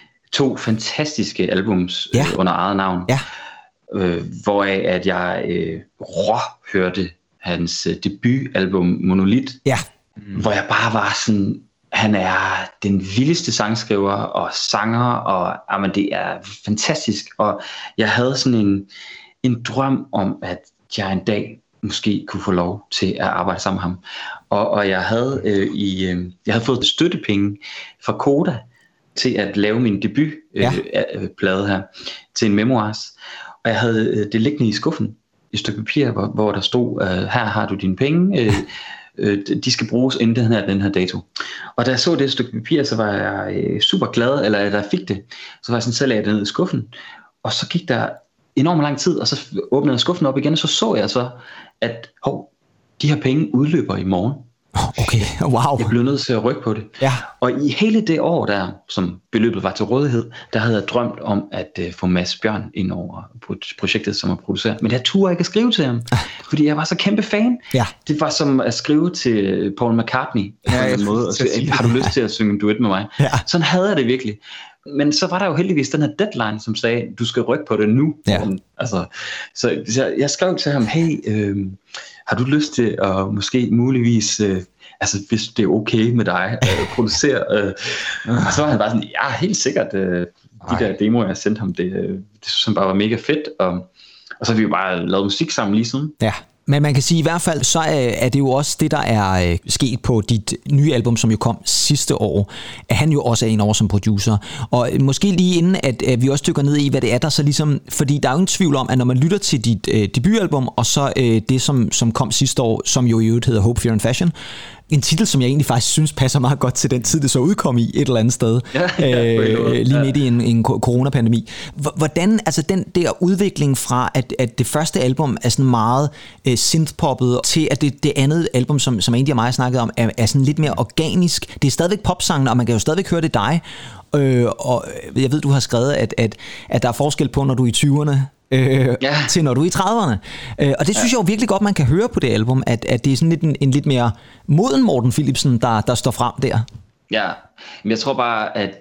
to fantastiske albums ja. øh, under eget navn, ja. øh, hvoraf at jeg øh, rå hørte hans øh, debutalbum Monolith, ja. mm. hvor jeg bare var sådan, han er den vildeste sangskriver og sanger, og jamen, det er fantastisk. Og jeg havde sådan en, en drøm om, at jeg en dag måske kunne få lov til at arbejde sammen med ham. Og, og jeg havde øh, i øh, jeg havde fået støttepenge fra Koda til at lave min debutplade ja. øh, plade her til en memoirs. Og jeg havde øh, det liggende i skuffen, et stykke papir, hvor, hvor der stod, øh, her har du dine penge, øh, øh, de skal bruges inden den her, den her dato. Og da jeg så det stykke papir, så var jeg øh, super glad, eller da jeg fik det, så var jeg sådan, så lagde jeg det ned i skuffen. Og så gik der enormt lang tid, og så åbnede jeg skuffen op igen, og så så jeg så, at hov, de her penge udløber i morgen. Okay, wow. Jeg blev nødt til at rykke på det. Ja. Og i hele det år der, som beløbet var til rådighed, der havde jeg drømt om at uh, få Mads Bjørn ind over på projektet, som at producere. Men jeg turde ikke at skrive til ham, fordi jeg var så kæmpe fan. Ja. Det var som at skrive til Paul McCartney på ja, en måde, og sige, har du lyst til at synge en duet med mig? Ja. Sådan havde jeg det virkelig. Men så var der jo heldigvis den her deadline, som sagde, du skal rykke på det nu. Ja. Altså, så, så jeg skrev til ham, hey, øh, har du lyst til at måske muligvis, øh, altså hvis det er okay med dig, at producere? Øh. Og så var han bare sådan, ja, helt sikkert, øh, de Ej. der demoer, jeg sendte ham, det, øh, det synes han bare var mega fedt. Og, og så har vi jo bare lavet musik sammen lige siden. Ja. Men man kan sige i hvert fald, så er det jo også det, der er sket på dit nye album, som jo kom sidste år, at han jo også er en over som producer. Og måske lige inden, at, at vi også dykker ned i, hvad det er, der så ligesom, fordi der er jo ingen tvivl om, at når man lytter til dit øh, debutalbum, og så øh, det, som, som kom sidste år, som jo i øvrigt hedder Hope, Fear and Fashion, en titel, som jeg egentlig faktisk synes passer meget godt til den tid, det så udkom i et eller andet sted, ja, ja, øh, lige midt i en, en coronapandemi. Hvordan, altså den der udvikling fra, at, at det første album er sådan meget øh, synthpoppet, til at det, det andet album, som, som egentlig mig snakket om, er, er sådan lidt mere organisk. Det er stadigvæk popsangene, og man kan jo stadigvæk høre det dig. Øh, og jeg ved, du har skrevet, at, at, at der er forskel på, når du er i tyverne, Øh, ja. til når du er i trediverne. Øh, og det synes ja. jeg jo virkelig godt, man kan høre på det album, at, at det er sådan lidt en, en lidt mere moden Morten Philipsen, der, der står frem der. Ja, men jeg tror bare, at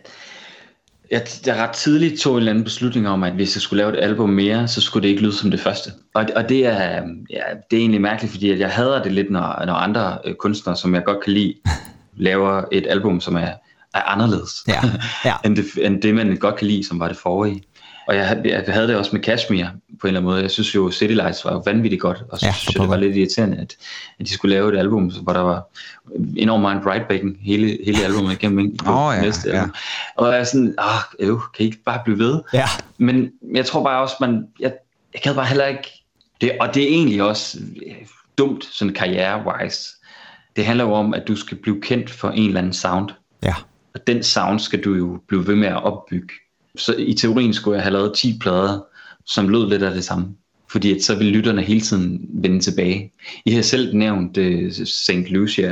jeg, jeg ret tidligt tog en eller anden beslutning om, at hvis jeg skulle lave et album mere, så skulle det ikke lyde som det første. Og, og det, er, ja, det er egentlig mærkeligt, fordi jeg hader det lidt, når, når andre øh, kunstnere, som jeg godt kan lide, laver et album, som er, er anderledes ja. Ja. end, det, end det, man godt kan lide, som var det forrige. Og jeg, jeg havde det også med Kashmir på en eller anden måde. Jeg synes jo, City Lights var jo vanvittigt godt, og så ja, synes jeg, det var lidt irriterende, at, at de skulle lave et album, hvor der var enormt meget brightbacking hele, hele albumet igennem på oh, ja, næste album. Ja. Og jeg er sådan, åh, øv, kan I ikke bare blive ved? Ja. Men jeg tror bare også, man, jeg, jeg kan bare heller ikke, det, og det er egentlig også dumt, sådan karriere-wise. Det handler jo om, at du skal blive kendt for en eller anden sound. Ja. Og den sound skal du jo blive ved med at opbygge. Så i teorien skulle jeg have lavet ti plader, som lød lidt af det samme. Fordi at så ville lytterne hele tiden vende tilbage. I har selv nævnt uh, Saint Lucia.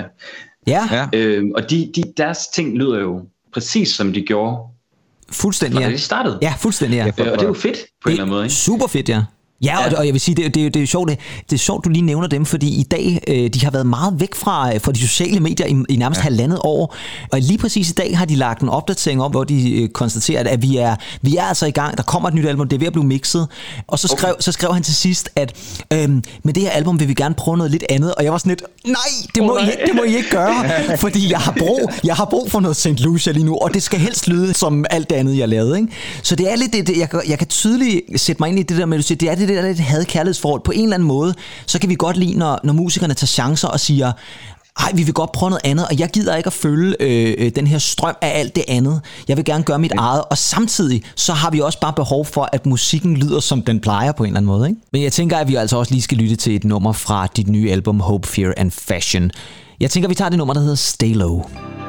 Ja. Øh, og de, de, deres ting lyder jo præcis som de gjorde. Fuldstændig, ja. Da de startede. Ja, fuldstændig, ja. Øh, og det er jo fedt på en eller anden måde. Ikke? Super fedt, ja. Ja, og, og jeg vil sige, det, det, det er sjovt, det, det er sjovt, du lige nævner dem, fordi i dag, øh, de har været meget væk fra, fra de sociale medier i, i nærmest ja. halvandet år, og lige præcis i dag har de lagt en opdatering op, hvor de øh, konstaterer, at vi er, vi er altså i gang, der kommer et nyt album, det er ved at blive mixet, og så skrev, okay. så skrev han til sidst, at øh, med det her album vil vi gerne prøve noget lidt andet, og jeg var sådan lidt, nej, det må, oh, nej. I, det må I ikke gøre, fordi jeg har, brug, jeg har brug for noget Saint Lucia lige nu, og det skal helst lyde som alt det andet, jeg lavede, ikke? Så det er lidt det, jeg, jeg kan tydeligt sætte mig ind i det der med, at det er det det der lidt had-kærlighedsforhold. På en eller anden måde, så kan vi godt lide, når, når musikerne tager chancer og siger, ej, vi vil godt prøve noget andet, og jeg gider ikke at følge øh, den her strøm af alt det andet. Jeg vil gerne gøre mit eget, og samtidig så har vi også bare behov for, at musikken lyder, som den plejer på en eller anden måde, ikke? Men jeg tænker, at vi altså også lige skal lytte til et nummer fra dit nye album, Hope, Fear and Fashion. Jeg tænker, vi tager det nummer, der hedder Stay Low.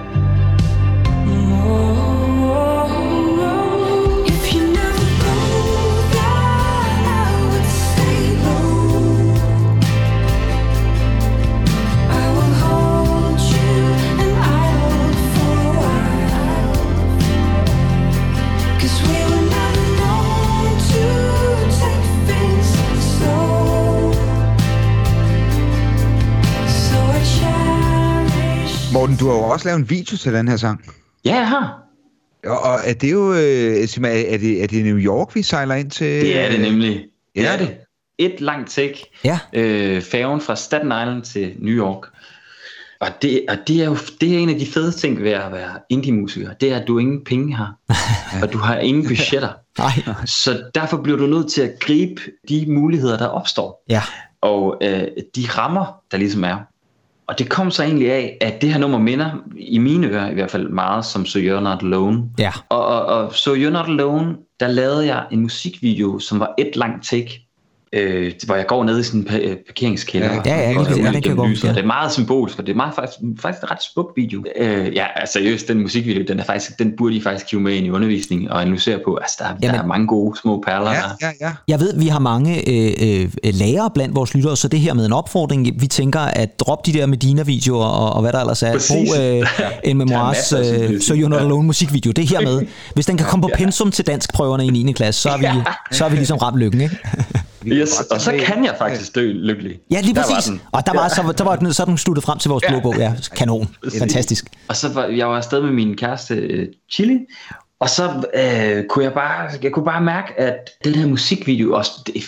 Morten, du har jo også lavet en video til den her sang. Ja, jeg har. Og, og er det jo, øh, er det, er det New York, vi sejler ind til? Det er det nemlig. Ja. Det er det. Et langt take. Ja. Øh, færgen fra Staten Island til New York. Og det, og det er jo det er en af de fede ting ved at være indie-musiker. Det er, at du ingen penge har. Og du har ingen budgetter. Nej. Så derfor bliver du nødt til at gribe de muligheder, der opstår. Ja. Og øh, de rammer, der ligesom er. Og det kom så egentlig af, at det her nummer minder, i mine ører i hvert fald, meget som So You're Not Alone. Ja. Og, og, og So You're Not Alone, der lavede jeg en musikvideo, som var et langt take, øh, hvor jeg går ned i sådan en pa- parkeringskælder. Ja, ja, ja, og, lige, og, ja, den kan gå. Ja. det er meget symbolsk, og det er meget, faktisk, faktisk en ret smuk video. Øh, ja, altså seriøst, den musikvideo, den, er faktisk, den burde I faktisk kive med ind i undervisning og analysere på. Altså, der, Jamen, der er mange gode små perler Ja, der. ja, ja. Jeg ved, vi har mange øh, øh, lærere blandt vores lyttere, så det her med en opfordring, vi tænker at drop de der Medina-videoer og, og hvad der ellers er. Brug øh, en memoirs, øh, So You're Not Alone musikvideo. Det her med, hvis den kan komme på pensum til danskprøverne i niende klasse, så er vi, så er vi ligesom ramt lykken, ikke? Yes, og så kan jeg faktisk dø lykkelig. Ja, lige Der var præcis. den. Og der var, så, der var den, så den sluttet frem til vores blå bog. Ja, kanon. Fantastisk. Og så var jeg var afsted med min kæreste øh, Chili, og så øh, kunne jeg bare, jeg kunne bare mærke, at den her musikvideo også, det,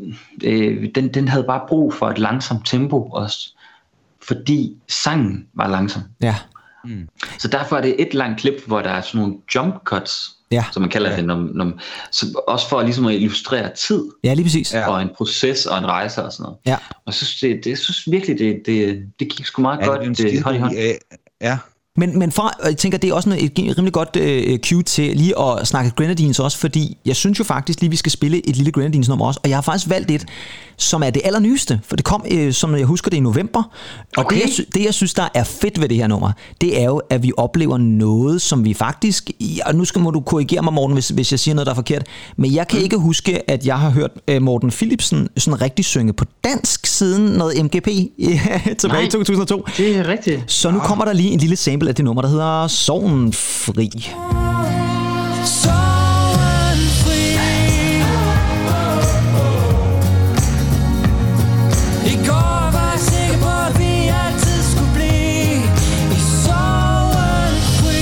øh, den, den havde bare brug for et langsomt tempo også, fordi sangen var langsom. Ja. Mm. Så derfor er det et langt klip, hvor der er sådan nogle jump cuts, Ja. som man kalder Ja. det, når, når, så også for ligesom at illustrere tid, Ja, lige præcis. Ja. og en proces og en rejse og sådan noget. Ja. Og så synes det, det synes virkelig, det, det, det gik sgu meget Ja, godt det er en det, skide hånd i hånd. god- ja, ja. Men, men fra, jeg tænker, det er også et rimelig godt øh, cue til lige at snakke Grenadines også, fordi jeg synes jo faktisk lige, vi skal spille et lille Grenadines nummer også, og jeg har faktisk valgt et, som er det allernyeste, for det kom, øh, som jeg husker det, i november, og Okay. det, jeg, sy- det jeg synes, der er fedt ved det her nummer, det er jo, at vi oplever noget, som vi faktisk, og nu skal må du korrigere mig, Morten, hvis, hvis jeg siger noget, der er forkert, men jeg kan ikke huske, at jeg har hørt øh, Morten Philipsen sådan rigtig synge på dansk siden noget M G P tilbage Nej. i to tusind og to. Det er rigtigt. Så nu kommer der lige en lille sample af det nummer, der hedder Sorgenfri. Sorgenfri. I går var jeg sikker på, at vi altid skulle blive i sorgenfri.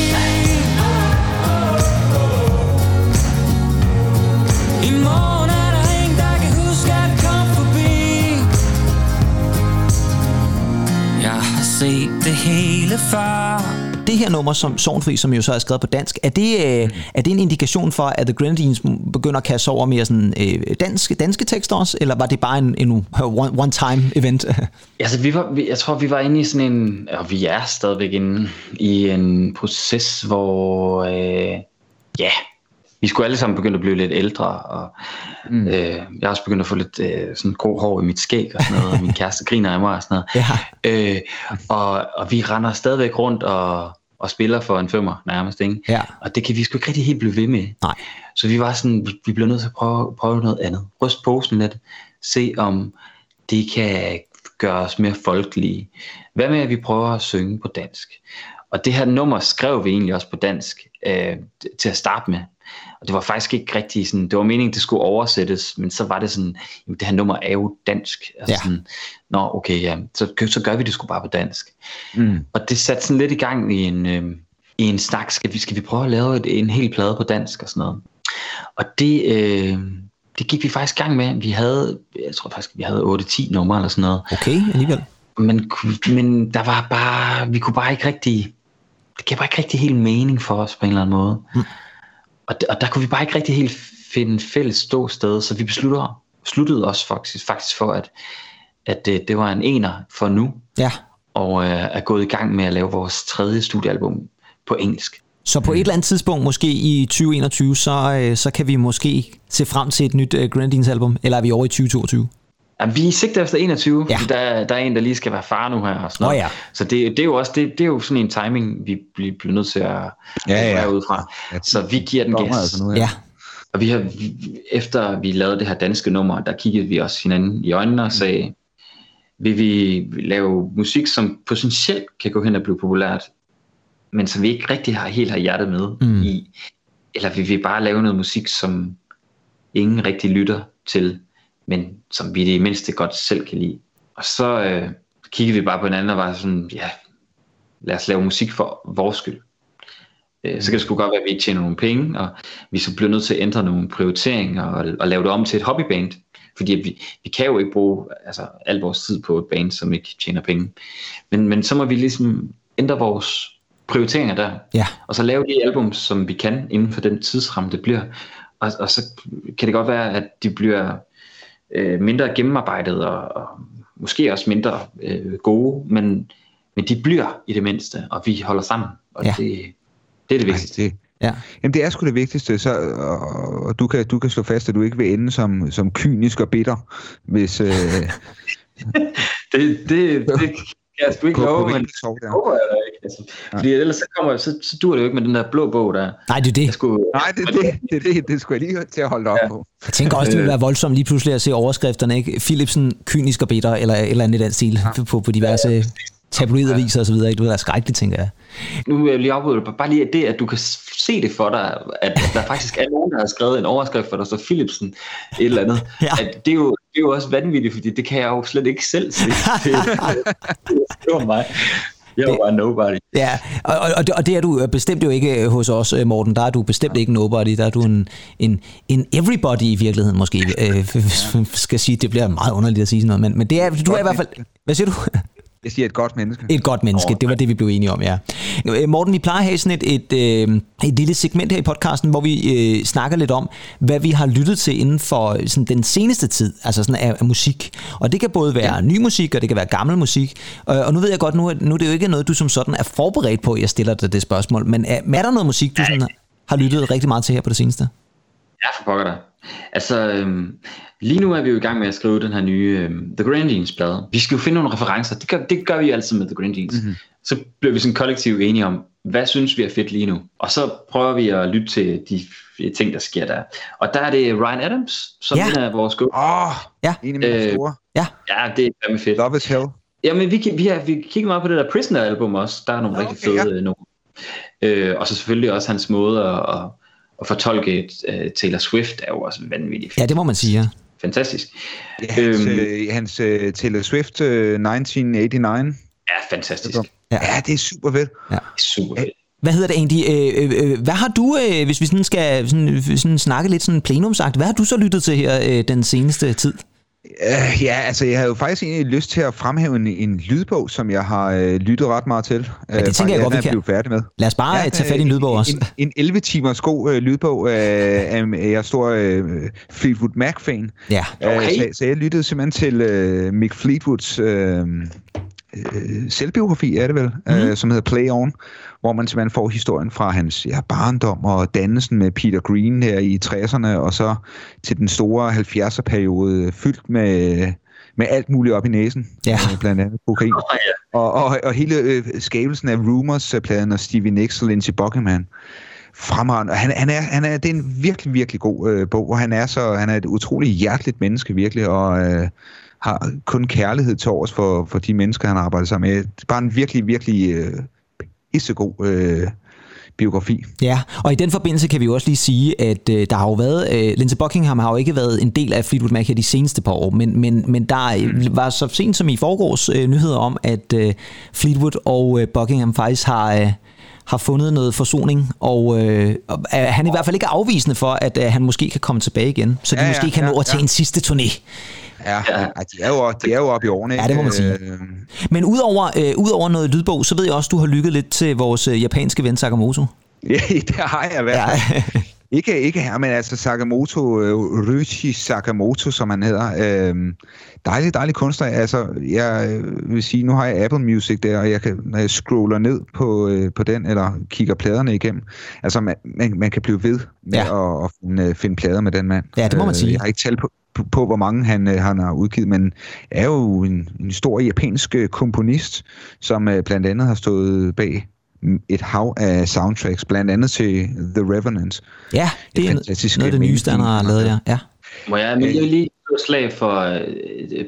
I morgen er der ingen, der kan huske at komme forbi. Jeg har set det hele før. Det her nummer, som Sorgenfri, som jo så er skrevet på dansk, er det, øh, er det en indikation for, at The Grenadines begynder at kaste over mere sådan, øh, danske, danske tekster også, eller var det bare en, en one, one-time event? Altså, vi var, vi, jeg tror, vi var inde i sådan en, og vi er stadigvæk inde i en proces, hvor, øh, ja, vi skulle alle sammen begynde at blive lidt ældre, og mm. øh, jeg har også begyndt at få lidt øh, sådan grå hår i mit skæg og sådan noget, og min kæreste griner af mig og sådan noget. Ja. Øh, og, og vi render stadigvæk rundt og, og spiller for en femmer nærmest, ikke? Ja. Og det kan vi sgu ikke rigtig helt blive ved med. Nej. Så vi var sådan, vi, vi blev nødt til at prøve, prøve noget andet. Ryst posen lidt, se om det kan gøre os mere folkelige. Hvad med, at vi prøver at synge på dansk? Og det her nummer skrev vi egentlig også på dansk øh, til at starte med. Og det var faktisk ikke rigtig sådan, det var meningen, det skulle oversættes, men så var det sådan, jamen, det her nummer er jo dansk. Altså ja. sådan, nå okay, ja, så, så gør vi det sgu bare på dansk. Mm. Og det satte sådan lidt i gang i en, øh, i en snak, skal vi, skal vi prøve at lave et, en hel plade på dansk og sådan noget. Og det, øh, det gik vi faktisk i gang med. Vi havde, jeg tror faktisk, vi havde otte ti numre eller sådan noget. Okay, alligevel. Men, men der var bare, vi kunne bare ikke rigtig, det gav bare ikke rigtig helt mening for os på en eller anden måde. Mm. Og, og der kunne vi bare ikke rigtig helt finde fælles ståsted, så vi besluttede, besluttede os faktisk, faktisk for, at, at det, det var en ener for nu, ja. og øh, er gået i gang med at lave vores tredje studiealbum på engelsk. Så på et eller andet tidspunkt, måske i tyve enogtyve, så, så kan vi måske se frem til et nyt uh, Grenadines album, eller er vi over i tyve toogtyve? Ja, vi sigter efter enogtyve, ja. der, der er en, der lige skal være far nu her. Og sådan noget. Oh, ja. Så det, det er jo også det, det er jo sådan en timing, vi bliver nødt til at ja, ja. ud fra. Så vi giver den gas. Altså nu, ja. Ja. Og vi har, efter vi lavede det her danske nummer, der kiggede vi også hinanden i øjnene og sagde, vil vi lave musik, som potentielt kan gå hen og blive populært, men som vi ikke rigtig har helt har hjertet med mm. i, eller vil vi bare lave noget musik, som ingen rigtig lytter til, men som vi det mindste godt selv kan lide. Og så øh, kiggede vi bare på hinanden og var sådan, ja, lad os lave musik for vores skyld. Øh, så kan det sgu godt være, at vi tjener nogle penge, og vi så bliver nødt til at ændre nogle prioriteringer og, og lave det om til et hobbyband. Fordi vi, vi kan jo ikke bruge altså, al vores tid på et band, som ikke tjener penge. Men, men så må vi ligesom ændre vores prioriteringer der, ja. Og så lave de album, som vi kan inden for den tidsramme, det bliver. Og, og så kan det godt være, at de bliver øh, mindre gennemarbejdet og, og måske også mindre øh, gode, men, men de bliver i det mindste, og vi holder sammen, og ja. det, det er det vigtigste. Ej, det, ja. Jamen det er sgu det vigtigste, så, og, og du, kan, du kan slå fast, at du ikke vil ende som, som kynisk og bitter, hvis... Øh... det, det, det jeg sgu ikke love, men det håber jeg da ikke. Altså, fordi ellers så, kommer, så, så dur det jo ikke med den der blå bog der. Nej, det er det. Skulle, Nej, det er det. Det, det, det, det skulle jeg lige til at holde op ja. på. Jeg tænker også, det ville være voldsomt lige pludselig at se overskrifterne, ikke? Philipsen, kynisk og bitter, eller et eller andet i den stil, ja. på, på diverse tabloidaviser og så videre. Det ville være skrækkeligt, tænker jeg. Nu vil jeg lige afbryde dig. Bare lige det, at du kan se det for dig, at der faktisk er nogen, der har skrevet en overskrift for dig, så Philipsen et eller andet. Ja. At det, er jo, det er jo også vanvittigt, fordi det kan jeg jo slet ikke selv se. Det, det var mig. Jeg var bare nobody. Ja, og, og, og det er du bestemt jo ikke hos os, Morten. Der er du bestemt ikke nobody. Der er du en, en, en everybody i virkeligheden, måske. Øh, skal sige, det bliver meget underligt at sige sådan noget, men, men det er, du er i hvert fald... Hvad siger du? Jeg siger et godt menneske. Et godt menneske, det var det, vi blev enige om, ja. Morten, vi plejer at have sådan et, et, et, et lille segment her i podcasten, hvor vi øh, snakker lidt om, hvad vi har lyttet til inden for sådan, den seneste tid, altså sådan af, af musik. Og det kan både være ja. ny musik, og det kan være gammel musik. Og, og nu ved jeg godt, nu, nu er det jo ikke noget, du som sådan er forberedt på, at jeg stiller dig det spørgsmål, men er, er der noget musik, du sådan, har lyttet rigtig meget til her på det seneste? Ja, for pokker dig. Altså, øhm, lige nu er vi jo i gang med at skrive den her nye øhm, The Grenadines plade. Vi skal jo finde nogle referencer. Det gør, det gør vi jo altid med The Grenadines. Mm-hmm. Så bliver vi sådan kollektivt enige om, hvad synes vi er fedt lige nu. Og så prøver vi at lytte til de ting, der sker der. Og der er det Ryan Adams, som ja. er vores go. Åh, oh, ja. en af mine store. Ja. ja, det er fandme fedt. Love is Hell. Jamen, vi, vi, har, vi kigger meget på det der Prisoner-album også. Der er nogle okay, rigtig fede ja. numre. Øh, og så selvfølgelig også hans måde at... at og fortolke uh, Taylor Swift er jo også vanvittigt fedt. Ja, det må man sige, ja. Fantastisk. Ja, hans øhm, øh, hans uh, Taylor Swift uh, nitten otteoghalvfems. Ja, fantastisk. Ja, ja det er super fedt. Ja. Super fedt. Hvad hedder det egentlig? Øh, øh, hvad har du, øh, hvis vi sådan skal sådan, sådan snakke lidt sådan plenumsagt, hvad har du så lyttet til her øh, den seneste tid? Uh, ja, altså jeg havde jo faktisk egentlig lyst til at fremhæve en, en lydbog, som jeg har uh, lyttet ret meget til. Ja, det tænker jeg godt, vi kan. Færdig med. Lad os bare ja, tage fat i en lydbog også. En, en elleve timers god uh, lydbog. Uh, jeg er stor uh, Fleetwood Mac-fan. Ja. Okay. Uh, så, så jeg lyttede simpelthen til uh, Mick Fleetwoods uh, uh, selvbiografi, er det vel, mm-hmm. uh, som hedder Play On, hvor man simpelthen får historien fra hans ja, barndom og dannelsen med Peter Green her i tresserne, og så til den store halvfjerdser-periode fyldt med, med alt muligt op i næsen, ja. blandt andet kokain. Oh, yeah. og, og, og hele øh, skabelsen af Rumours-pladen og Stevie Nicks og Lindsey Buckingham. Fremragende. Han, han er, han er, det er en virkelig, virkelig god øh, bog, hvor han er så, han er et utroligt hjerteligt menneske, virkelig, og øh, har kun kærlighed til overs for, for de mennesker, han arbejder sammen med. Det er bare en virkelig, virkelig... Øh, pissegod øh, biografi. Ja, og i den forbindelse kan vi jo også lige sige, at øh, der har jo været, øh, Lindsey Buckingham har jo ikke været en del af Fleetwood Mac her de seneste par år, men, men, men der mm. var så sent som i forgårs øh, nyheder om, at øh, Fleetwood og øh, Buckingham faktisk har, øh, har fundet noget forsoning, og øh, og han er i hvert fald ikke afvisende for, at øh, han måske kan komme tilbage igen, så de ja, måske ja, kan ja, nå at tage ja. en sidste turné. Ja, ja. De, er jo, de er jo oppe i årene. Ja, det må man sige. Øh... Men udover, øh, udover noget lydbog, så ved jeg også, du har lyttet lidt til vores øh, japanske ven Sakamoto. Ja, det har jeg i hvert fald. Ja. ikke, ikke her, men altså Sakamoto, uh, Ryuichi Sakamoto, som han hedder. Øh, dejlig, dejlig kunstner. Altså, jeg vil sige, nu har jeg Apple Music der, og jeg kan, når jeg scroller ned på, øh, på den, eller kigger pladerne igennem, altså man, man, man kan blive ved med ja. at, at finde, finde plader med den mand. Ja, det må man sige. Jeg har ikke talt på På, på hvor mange han, han har udgivet, men er jo en, en stor japansk komponist, som uh, blandt andet har stået bag et hav af soundtracks, blandt andet til The Revenant. Ja, det er noget af det nyeste, han har lavet, ja. ja. Må jeg, jeg lige slå slag for uh,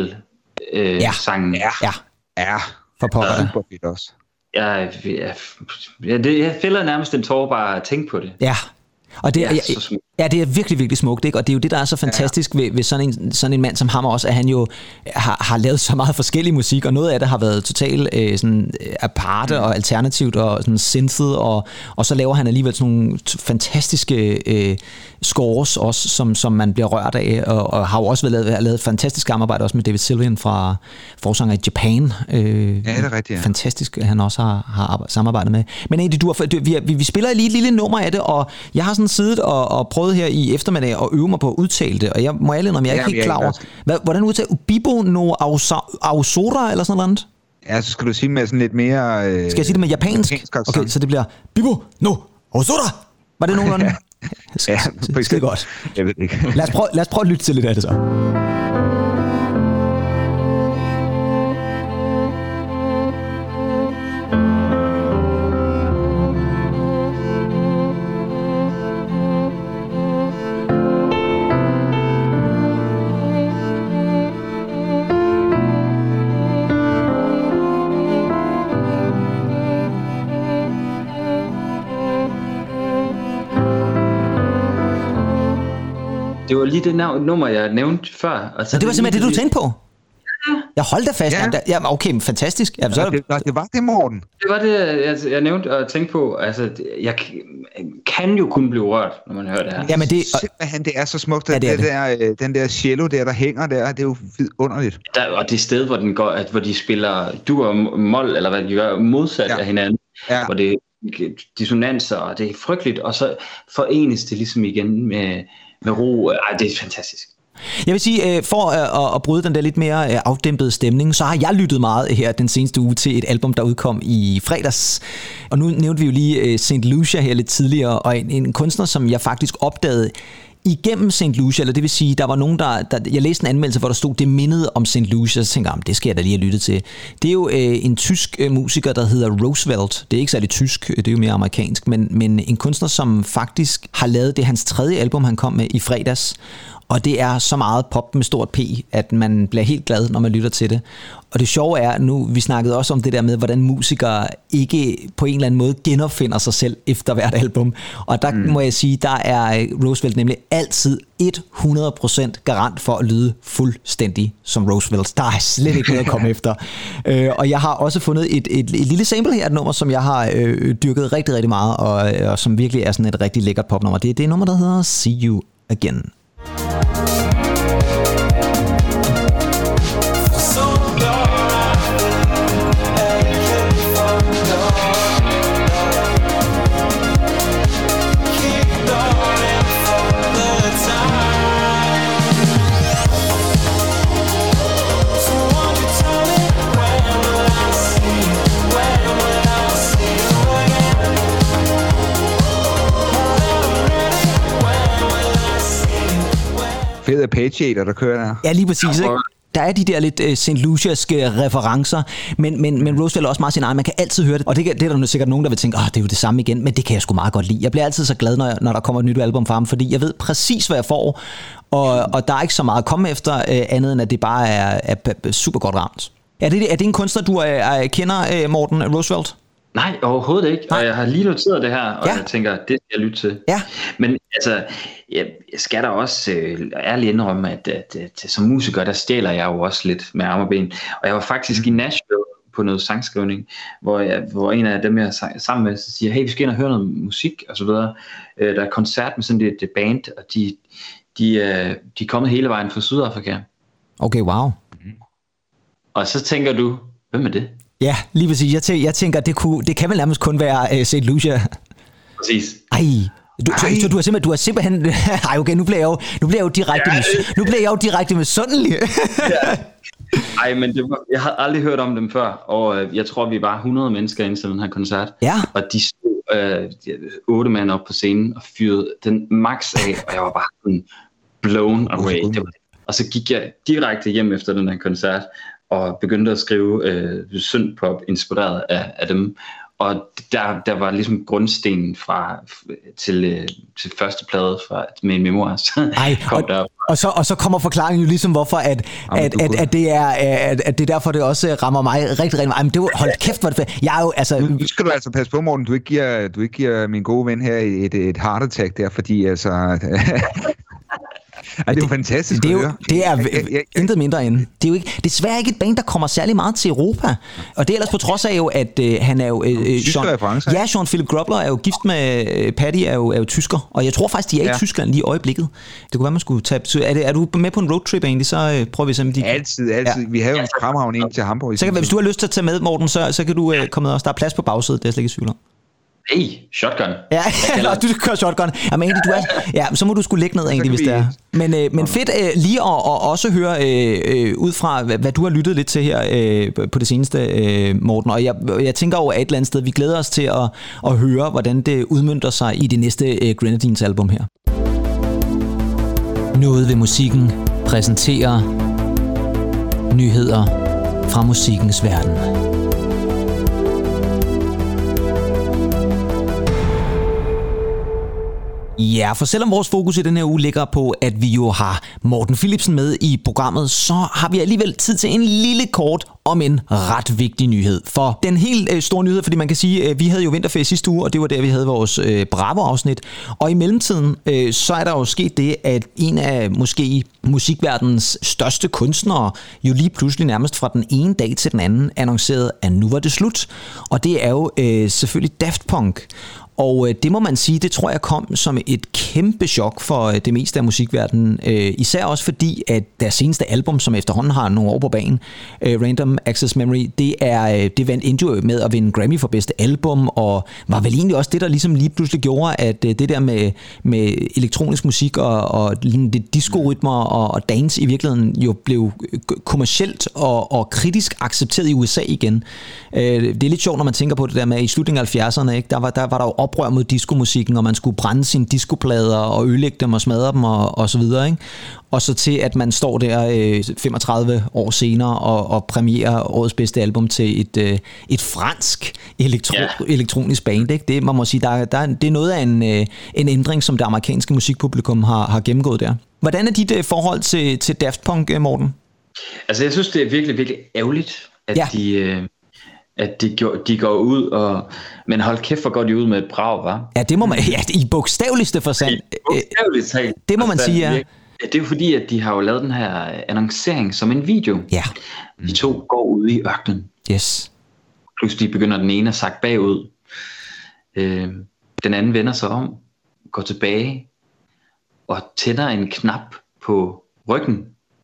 Babel-sangen? Uh, ja. ja, ja, for pokker det. også. Jeg, jeg, jeg, det, jeg fælder nærmest en tårbar at tænke på det. Ja. Og det er, ja, ja, det er virkelig, virkelig smukt, ikke? Og det er jo det, der er så fantastisk ja. ved, ved sådan, en, sådan en mand som ham også, at han jo har, har lavet så meget forskellig musik, og noget af det har været totalt øh, sådan aparte og alternativt og sådan synthet, og, og så laver han alligevel sådan nogle fantastiske øh, scores også, som, som man bliver rørt af, og, og har jo også lavet, lavet et fantastisk samarbejde også med David Sylvian fra forsanger i Japan. Øh, ja, det er rigtigt, ja. Fantastisk, han også har, har samarbejdet med. Men egentlig, du har, du, vi, vi, vi spiller lige et lille nummer af det, og jeg har sådan siddet og, og prøvet her i eftermiddag at øve mig på at udtale det, og jeg må alle om jeg er ikke helt klar over. Hvad, hvordan udtaler Ubibo no Aosora eller sådan noget? Ja, så skal du sige med sådan lidt mere... Øh, skal jeg sige det med japansk? japansk okay, så det bliver Bibo no Aosora. Var det nogenlunde? ja, skide godt. Jeg ved ikke. lad, os prøve, lad os prøve at lytte til lidt af det så. Det var lige det nummer, jeg nævnte før. Og så ja, det var simpelthen det, du tænkte på? Ja. Jeg holdt da fast. Ja. Ja, okay, fantastisk. Ja, så... ja, det, det var det, Morten. Det var det, jeg, jeg nævnte og tænkte på. Altså, jeg kan jo kun blive rørt, når man hører det her. Jamen, det... Simpelthen, det er så smukt. Ja, det er det. Der, den der cello der, der hænger der, det er jo vidunderligt. Der, og det sted, hvor, den går, at, hvor de spiller dur og mol, eller hvad de gør, modsat ja. af hinanden. Ja. Hvor det er dissonanser, og det er frygteligt. Og så forenes det ligesom igen med... med ro. Ej, det er fantastisk. Jeg vil sige, for at bryde den der lidt mere afdæmpede stemning, så har jeg lyttet meget her den seneste uge til et album, der udkom i fredags. Og nu nævnte vi jo lige Saint Lucia her lidt tidligere, og en, en kunstner, som jeg faktisk opdagede igennem Saint Lucia, eller det vil sige, der var nogen, der, der jeg læste en anmeldelse, hvor der stod, det mindede om Saint Lucia, så tænkte jeg, det skal jeg da lige have lyttet til. Det er jo øh, en tysk øh, musiker, der hedder Roosevelt. Det er ikke særlig tysk, det er jo mere amerikansk, men, men en kunstner, som faktisk har lavet det hans tredje album, han kom med i fredags. Og det er så meget pop med stort P, at man bliver helt glad, når man lytter til det. Og det sjove er, nu vi snakkede også om det der med, hvordan musikere ikke på en eller anden måde genopfinder sig selv efter hvert album. Og der mm. må jeg sige, der er Roosevelt nemlig altid hundrede procent garant for at lyde fuldstændig som Roosevelt. Der er slet ikke noget at komme efter. Øh, og jeg har også fundet et, et, et lille sample her, et nummer, som jeg har øh, dyrket rigtig, rigtig meget, og, og som virkelig er sådan et rigtig lækkert popnummer. Det er det nummer, der hedder See You Again. Fed arpeggiator, der kører der. Ja, lige præcis, ikke? Der er de der lidt uh, Saint Luciaske referencer, men, men, men Roosevelt er også meget sin egen. Man kan altid høre det, og det, det er der sikkert nogen, der vil tænke, åh, det er jo det samme igen, men det kan jeg sgu meget godt lide. Jeg bliver altid så glad, når, jeg, når der kommer et nyt album fra ham, fordi jeg ved præcis, hvad jeg får, og, og der er ikke så meget at komme efter, uh, andet end at det bare er, er super godt ramt. Er det, er det en kunstner, du uh, kender, uh, Morten Roosevelt? Nej, overhovedet ikke. Nej. Og jeg har lige noteret det her, og ja. jeg tænker, det skal jeg lytte til. Ja. Men altså, jeg skal da også øh, ærligt indrømme, at, at, at som musiker, der stjæler jeg jo også lidt med arme og ben. Og jeg var faktisk mm. i Nashville på noget sangskrivning, hvor, jeg, hvor en af dem, jeg er sammen med, siger, hey, vi skal ind og høre noget musik, og så videre. Øh, der er koncert med sådan et, et band, og de, de, øh, de er kommet hele vejen fra Sydafrika. Okay, wow. Mm. Og så tænker du, hvem er det? Ja, lige præcis. Jeg, tæ- jeg tænker, det, kunne, det kan vel nærmest kun være uh, Saint Lucia. Præcis. Ej, du, så, så du har simpelthen, du har simpelthen, ej okay, nu bliver jeg jo, nu bliver jeg jo direkte, ja, med, nu bliver jeg jo direkte misundelig. Ja. Ej, men det var, jeg har aldrig hørt om dem før, og øh, jeg tror, vi var hundrede mennesker inde til den her koncert, ja. Og de stod øh, otte mand op på scenen og fyrede den max af, og jeg var bare sådan blown away. Det var, og så gik jeg direkte hjem efter den her koncert, og begyndte at skrive øh, syndpop inspireret af, af dem. Og der, der var ligesom grundstenen fra, til, øh, til første plade fra, med en memoir. Ej, og, og, så, og så kommer forklaringen jo ligesom, hvorfor at, Jamen, at, at, at, det er, at, at det er derfor, det også rammer mig rigtig, rigtig meget. Men det var, hold kæft, hvor det fedt. Jeg er jo, altså... Nu, nu skal du altså passe på, Morten, du ikke giver, du ikke giver min gode ven her et, et heart attack der, fordi altså... Ej, det er jo fantastisk det er jo, at høre. Det er jeg, jeg, intet mindre end. Det er jo ikke, desværre ikke et band, der kommer særlig meget til Europa. Og det er ellers på trods af jo, at øh, han er jo... Øh, Jean, ja, Jean-Philippe Grobler er jo gift med øh, Patty, er jo, er jo tysker. Og jeg tror faktisk, de er ja. i Tyskland lige i øjeblikket. Det kunne være, man skulle tage... Er, det, er du med på en roadtrip egentlig, så øh, prøver vi simpelthen... De... Altid, altid. Ja. Vi havde jo en fremragende en til Hamburg. Så kan, hvis du har lyst til at tage med, Morten, så, så kan du øh, komme med os. Der er plads på bagsædet, det er slet ikke tvivl om. Hey, shotgun. Ja, og du kører shotgun. Jamen egentlig, du er, ja, så må du skulle ligge ned egentlig, hvis det er. Men, øh, men fedt øh, lige at og også høre øh, ud fra, hvad, hvad du har lyttet lidt til her øh, på det seneste, øh, Morten. Og jeg, jeg tænker over et eller andet sted, vi glæder os til at, at høre, hvordan det udmønter sig i det næste øh, Grenadines album her. Noget ved musikken præsenterer nyheder fra musikkens verden. Ja, for selvom vores fokus i den her uge ligger på, at vi jo har Morten Philipsen med i programmet, så har vi alligevel tid til en lille kort om en ret vigtig nyhed. For den helt øh, store nyhed, fordi man kan sige, at vi havde jo vinterferie sidste uge, og det var der, vi havde vores øh, Bravo-afsnit. Og i mellemtiden, øh, så er der jo sket det, at en af måske musikverdens største kunstnere jo lige pludselig nærmest fra den ene dag til den anden annoncerede, at nu var det slut. Og det er jo øh, selvfølgelig Daft Punk. Og øh, det må man sige, det tror jeg kom som et kæmpe chok for øh, det meste af musikverdenen. Øh, især også fordi, at deres seneste album, som efterhånden har nogle år på banen, øh, Random Access Memory, det, er, øh, det vandt endnu med at vinde Grammy for bedste album, og var vel egentlig også det, der ligesom lige pludselig gjorde, at øh, det der med, med elektronisk musik og, og lidt disco-rytmer og, og dance i virkeligheden jo blev kommercielt og, og kritisk accepteret i U S A igen. Øh, det er lidt sjovt, når man tænker på det der med, at i slutningen af halvfjerdserne, ikke, der, var, der var der jo oprør mod diskomusikken, og man skulle brænde sine diskoplader og ødelægge dem og smadre dem og, og så videre, ikke? Og så til, at man står der øh, femogtredive år senere og, og premierer årets bedste album til et, øh, et fransk elektro- yeah. elektronisk band, ikke? Det, man må sige, der, der, det er noget af en, øh, en ændring, som det amerikanske musikpublikum har, har gennemgået der. Hvordan er dit øh, forhold til, til Daft Punk, Morten? Altså, jeg synes, det er virkelig, virkelig ærgerligt, at ja. de... Øh at de, de går ud og... Men hold kæft, hvor går de ud med et brag, hva'? Ja, det må man... Ja, i bogstaveligste forstand. I bogstaveligst talt. Det må man sige, ja. Det er jo fordi, at de har jo lavet den her annoncering som en video. Ja. De to går ud i ørkenen. Yes. Pludselig begynder den ene at sakke bagud. Øh, den anden vender sig om, går tilbage og tænder en knap på ryggen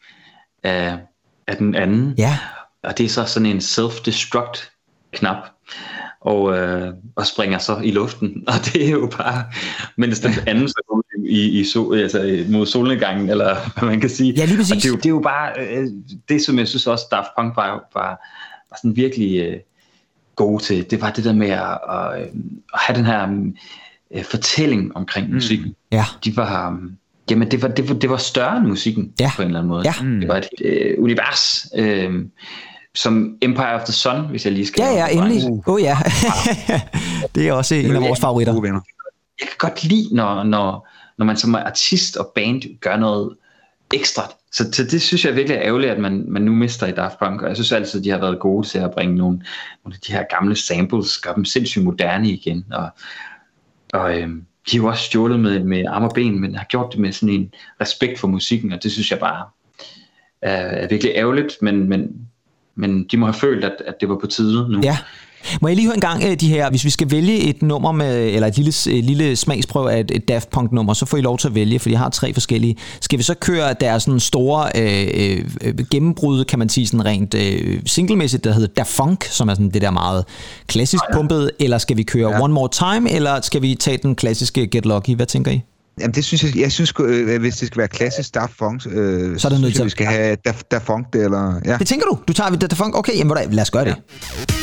af, af den anden. Ja. Og det er så sådan en self-destruct knap, og, øh, og springer så i luften. Og det er jo bare, mens den anden så går i, i sol, altså mod solnedgangen, eller hvad man kan sige. Ja, lige præcis. Og det er jo, det er jo bare, øh, det som jeg synes også, Daft Punk var, var, var sådan virkelig øh, gode til, det var det der med at, at, at have den her øh, fortælling omkring musikken. Mm. Ja. De var... Øh, Jamen, det var, det var, det var større end musikken, ja. på en eller anden måde. Ja. Det var et øh, univers, øh, som Empire of the Sun, hvis jeg lige skal... Ja, ja, endelig. Åh oh, ja, det er også en af vores favoritter. Jeg kan godt lide, når, når, når man som artist og band gør noget ekstra. Så, så det synes jeg virkelig er ærgerligt, at man, man nu mister i Daft Punk, og jeg synes altid, at de har været gode til at bringe nogle, nogle af de her gamle samples, gøre dem sindssygt moderne igen, og, og øhm, de har jo også stjålet med, med arme og ben, men har gjort det med sådan en respekt for musikken, og det synes jeg bare er, er virkelig ærgerligt, men, men, men de må have følt, at, at det var på tide nu. Ja. Må jeg lige høre en gang de her, hvis vi skal vælge et nummer med, eller et lille, et lille smagsprøve af et, et Daft Punk nummer, så får I lov til at vælge, for jeg har tre forskellige. Skal vi så køre deres sådan store øh, øh, gennembrud, kan man sige sådan rent øh, singlemæssigt, der hedder Da Funk, som er sådan det der meget klassisk ja, ja. pumpet, eller skal vi køre ja. One More Time, eller skal vi tage den klassiske Get Lucky? Hvad tænker I? Jamen det synes jeg, jeg synes, øh, hvis det skal være klassisk Daft Funk, øh, så er det nødt til, vi skal have Da, Da Funk det, eller... Ja. Det tænker du? Du tager vi Da Funk? Okay, jamen lad os gøre det. Ja.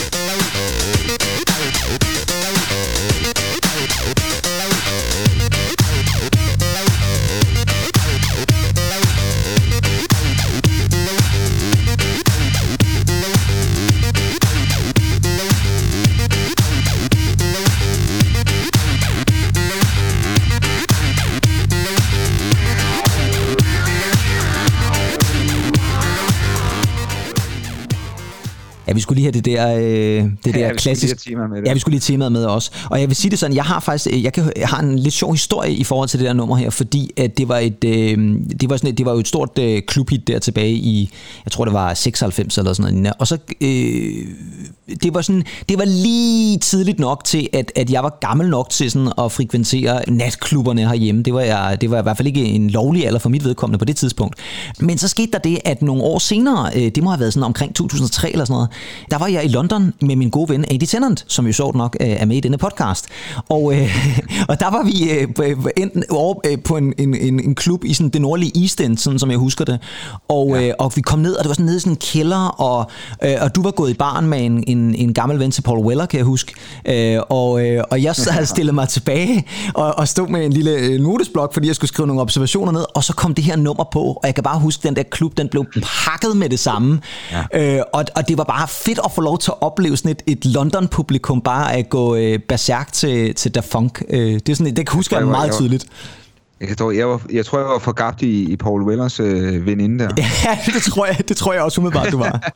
Ja, vi skulle lige have det der, øh, det der ja, klassisk. Ja, vi skulle lige have temaet med også. Og jeg vil sige det sådan, jeg har faktisk, jeg, kan, jeg har en lidt sjov historie i forhold til det der nummer her, fordi at det var et, øh, det var sådan et, det var jo et stort øh, klubhit der tilbage i, jeg tror det var seksoghalvfems eller sådan noget. Og så øh, det var sådan, det var lige tidligt nok til, at, at jeg var gammel nok til sådan at frekventere natklubberne herhjemme. Det var jeg, det var i hvert fald ikke en lovlig alder for mit vedkommende på det tidspunkt. Men så skete der det, at nogle år senere, øh, det må have været sådan omkring to tusind og tre eller sådan noget, der var jeg i London med min gode ven Andy Tennant, som jo sjovt nok øh, er med i denne podcast. Og, øh, og der var vi øh, enten over øh, på en, en, en klub i sådan det nordlige East End, sådan som jeg husker det. Og, ja. øh, og vi kom ned, og det var sådan nede i sådan en kælder, og, øh, og du var gået i baren med en, en, en gammel ven til Paul Weller, kan jeg huske. Øh, og, øh, og jeg havde stillet mig tilbage og, og stod med en lille notesblok, fordi jeg skulle skrive nogle observationer ned, og så kom det her nummer på, og jeg kan bare huske, den der klub, den blev pakket med det samme. Ja. Øh, og, og det var bare fedt at få lov til at opleve sådan et, et London-publikum bare at gå øh, berserk til, til Da Funk. Øh, det er sådan, det kan huske jeg, jeg meget jeg var, tydeligt. Jeg tror, jeg, var, jeg tror, jeg var forgabt i, i Paul Wellers øh, veninde der. Ja, det tror jeg, det tror jeg også umiddelbart, du var.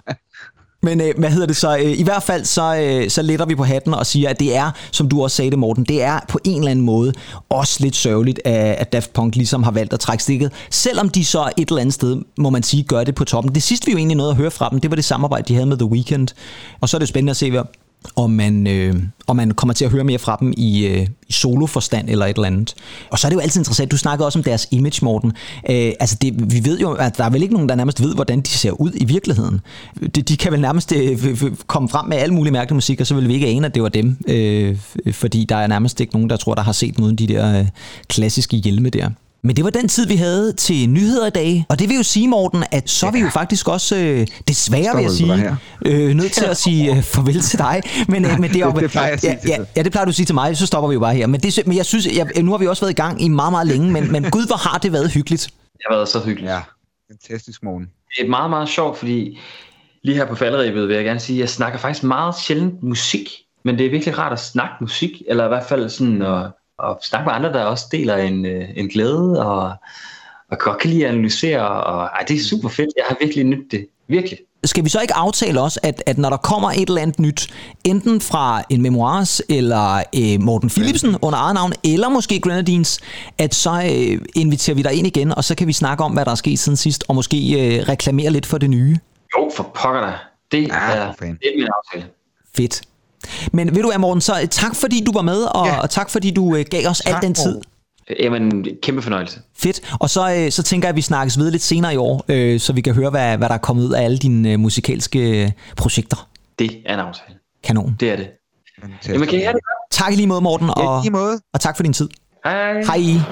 Men øh, hvad hedder det så? Øh, I hvert fald så, øh, så letter vi på hatten og siger, at det er, som du også sagde det, Morten, det er på en eller anden måde også lidt sørgeligt, at, at Daft Punk ligesom har valgt at trække stikket. Selvom de så et eller andet sted, må man sige, gør det på toppen. Det sidste vi jo egentlig nåede at høre fra dem, det var det samarbejde, de havde med The Weeknd. Og så er det jo spændende at se, hvad om man, øh, om man kommer til at høre mere fra dem i, øh, i soloforstand eller et eller andet. Og så er det jo altid interessant, du snakkede også om deres image, Morten. Øh, altså det, vi ved jo, at der er vel ikke nogen, der nærmest ved, hvordan de ser ud i virkeligheden. De, de kan vel nærmest øh, komme frem med alle mulige mærkelige musik, og så vil vi ikke ane, at det var dem. Øh, fordi der er nærmest ikke nogen, der tror, der har set uden de der øh, klassiske hjelme der. Men det var den tid, vi havde til nyheder i dag. Og det vil jo sige, Morten, at så er vi jo faktisk også, øh, desværre vil jeg sige, øh, nødt til at sige øh, farvel til dig. Men, øh, men det, er, det plejer jeg at sige ja, ja, ja, det plejer du at sige til mig, så stopper vi jo bare her. Men, det, men jeg synes, jeg, nu har vi også været i gang i meget, meget længe, men, men gud, hvor har det været hyggeligt. Det har været så hyggeligt. Ja, fantastisk, Morten. Det er meget, meget sjovt, fordi lige her på falderebet vil jeg gerne sige, at jeg snakker faktisk meget sjældent musik, men det er virkelig rart at snakke musik, eller i hvert fald sådan at og snakke med andre, der også deler en, en glæde, og, og godt kan lide at analysere, og ej, det er super fedt. Jeg har virkelig nydt det. Virkelig. Skal vi så ikke aftale også, at, at når der kommer et eller andet nyt, enten fra en Memoirs, eller øh, Morten Philipsen under eget navn, eller måske Grenadines, at så øh, inviterer vi dig ind igen, og så kan vi snakke om, hvad der er sket siden sidst, og måske øh, reklamere lidt for det nye. Jo, for pokker dig. Det ja, er, det er min aftale. Fedt. Men ved du hvad, Morten, så tak fordi du var med, og, ja. og tak fordi du øh, gav os tak, al den tid. Jamen, kæmpe fornøjelse. Fedt. Og så, øh, så tænker jeg, at vi snakkes ved lidt senere i år, øh, så vi kan høre, hvad, hvad der er kommet ud af alle dine øh, musikalske øh, projekter. Det er en aftale. Kanon. Det er det. Jamen, kan I have det godt? Tak i lige måde, Morten, og, ja, lige måde. og tak for din tid. Hej. Hej.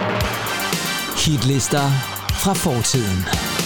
Hitlister fra fortiden.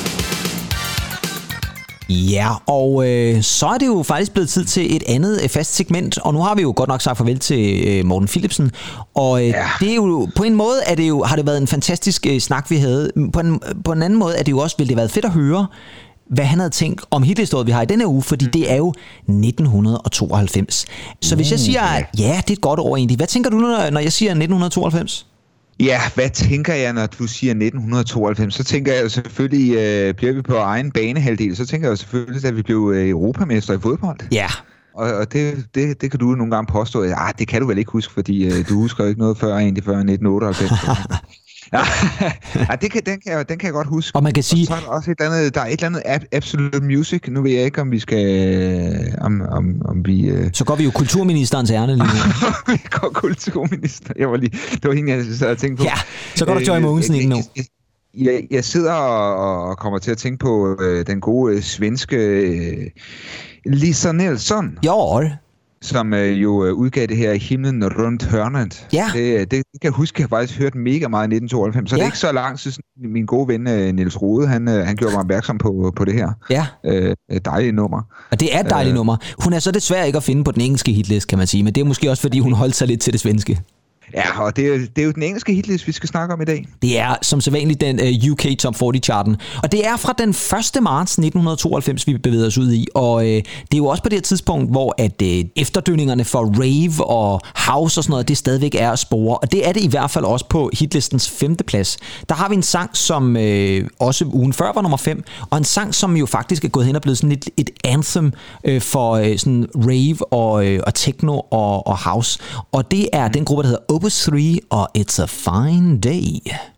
Ja, og øh, så er det jo faktisk blevet tid til et andet øh, fast segment, og nu har vi jo godt nok sagt farvel til øh, Morten Philipsen, og øh, ja. det er jo, på en måde er det jo, har det været en fantastisk øh, snak, vi havde. På en, på en anden måde er det jo også, ville det været fedt at høre, hvad han havde tænkt om hitlisteåret, vi har i denne uge, fordi mm. det er jo nitten tooghalvfems. Så mm, hvis jeg siger, ja, det er et godt år egentlig, hvad tænker du, når jeg siger nitten tooghalvfems? Ja, hvad tænker jeg, når du siger nitten tooghalvfems? Så tænker jeg jo selvfølgelig, øh, bliver vi på egen banehalvdel, så tænker jeg jo selvfølgelig, at vi blev øh, europamester i fodbold. Ja. Og, og det, det, det kan du nogle gange påstå, at ah, det kan du vel ikke huske, fordi øh, du husker jo ikke noget før, egentlig før nitten otteoghalvfems. Ja, ja det kan, den, kan jeg, den kan jeg godt huske. Og man kan sige... Og så er der også et eller andet, der er et eller andet ab- Absolute Music. Nu ved jeg ikke, om vi skal... Om, om, om vi, øh... Så går vi jo kulturministerens ærne lige nu. Vi går kulturminister. Jeg var lige... Det var hende, jeg sad og tænkte på. Ja, så går der Joy Mogensen ind nu. Jeg, jeg sidder og, og kommer til at tænke på øh, den gode øh, svenske øh, Lisa Nilsson. Jo, som øh, jo øh, udgav det her Himlen rundt hørnet. Ja. Det, det, det kan jeg huske, jeg har faktisk hørt mega meget i nitten tooghalvfems, så ja. Det er ikke så langt siden min gode ven øh, Niels Rode, han, øh, han gjorde mig opmærksom på, på det her. Ja. Øh, dejlige nummer. Og det er et dejligt øh, nummer. Hun er så desværre ikke at finde på den engelske hitlist, kan man sige, men det er måske også, fordi hun holdt sig lidt til det svenske. Ja, og det er, det er jo den engelske hitlist, vi skal snakke om i dag. Det er som sædvanligt den uh, U K Top fyrre-charten. Og det er fra den første marts nitten tooghalvfems, vi bevæger os ud i. Og uh, det er jo også på det her tidspunkt, hvor at, uh, efterdønningerne for rave og house og sådan noget, det stadigvæk er at spore. Og det er det i hvert fald også på hitlistens femte plads. Der har vi en sang, som uh, også ugen før var nummer fem, og en sang, som jo faktisk er gået hen og blevet sådan et, et anthem uh, for uh, sådan rave og, uh, og techno og, og house. Og det er den gruppe, der hedder Opus tre og It's a Fine Day.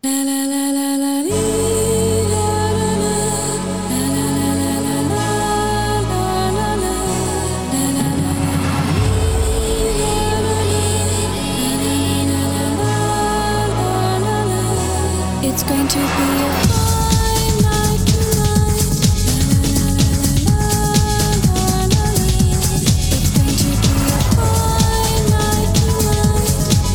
It's going to be a fine night tonight. It's going to be a fine night tonight.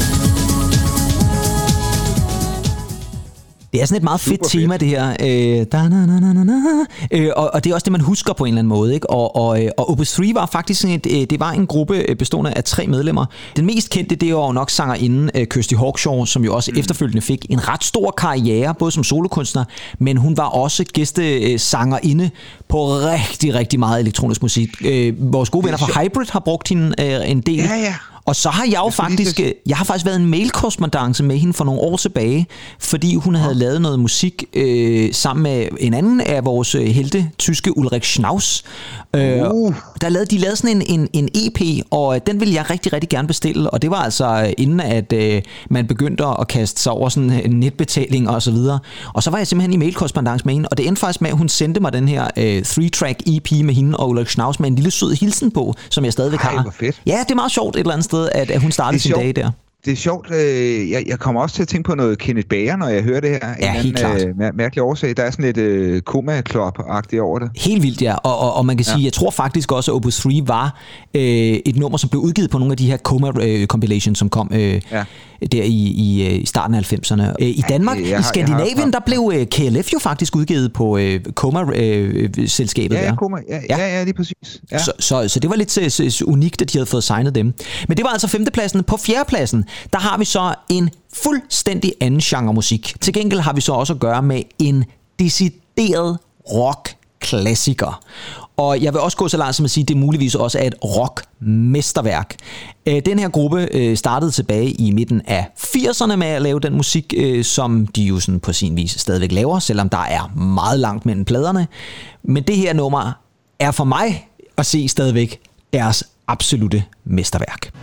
Det er sådan et meget fedt tema, det her. Øh, da, na, na, na, na. Øh, og, og det er også det, man husker på en eller anden måde. Ikke? Og, og, og Opus tre var faktisk sådan et, det var en gruppe bestående af tre medlemmer. Den mest kendte, det var jo nok sangerinden Kirsty Hawkshaw, som jo også mm. efterfølgende fik en ret stor karriere, både som solokunstner, men hun var også gæstesangerinde på rigtig, rigtig meget elektronisk musik. Øh, vores gode venner fra Hybrid har brugt hende øh, en del. Ja, ja. Og så har jeg jo faktisk, jeg har faktisk været en mailkorrespondance med hende for nogle år tilbage, fordi hun havde lavet noget musik øh, sammen med en anden af vores helte, tyske Ulrik Schnaus. Øh, uh. Der lavede, de lavede sådan en, en, en E P, og den ville jeg rigtig, rigtig gerne bestille, og det var altså inden, at øh, man begyndte at kaste sig over sådan en netbetaling og så videre. Og så var jeg simpelthen i mailkorrespondance med hende, og det endte faktisk med, at hun sendte mig den her øh, three-track E P med hende og Ulrik Schnaus med en lille sød hilsen på, som jeg stadigvæk har. Ej, hvor fedt. Ja, det er meget sjovt et eller andet sted, at, at hun startede sin dag der. Det er sjovt. Øh, jeg, jeg kommer også til at tænke på noget Kenneth Bager, når jeg hører det her. Ja, en helt anden, klart. Øh, mær- mærkelig årsag. Der er sådan lidt øh, Koma-klop-agtigt over det. Helt vildt, ja. Og, og, og man kan sige, ja. Jeg tror faktisk også, at Opus tre var øh, et nummer, som blev udgivet på nogle af de her Koma-compilations, som kom øh, ja. der i, i, i starten af halvfemserne. Øh, I Danmark, ja, har, i Skandinavien, har, har, der blev øh, K L F jo faktisk udgivet på øh, Koma-selskabet. Ja, der. Koma, ja, ja. ja, ja, lige præcis. Ja. Så, så, så det var lidt så, så unikt, at de havde fået signet dem. Men det var altså femtepladsen. På fjerdepladsen, der har vi så en fuldstændig anden genre musik. Til gengæld har vi så også at gøre med en decideret rock-klassiker. Og jeg vil også gå så langt som at sige, at det muligvis også er et rock-mesterværk. Den her gruppe startede tilbage i midten af firserne med at lave den musik, som de jo sådan på sin vis stadigvæk laver, selvom der er meget langt mellem pladerne. Men det her nummer er for mig at se stadigvæk deres absolute mesterværk.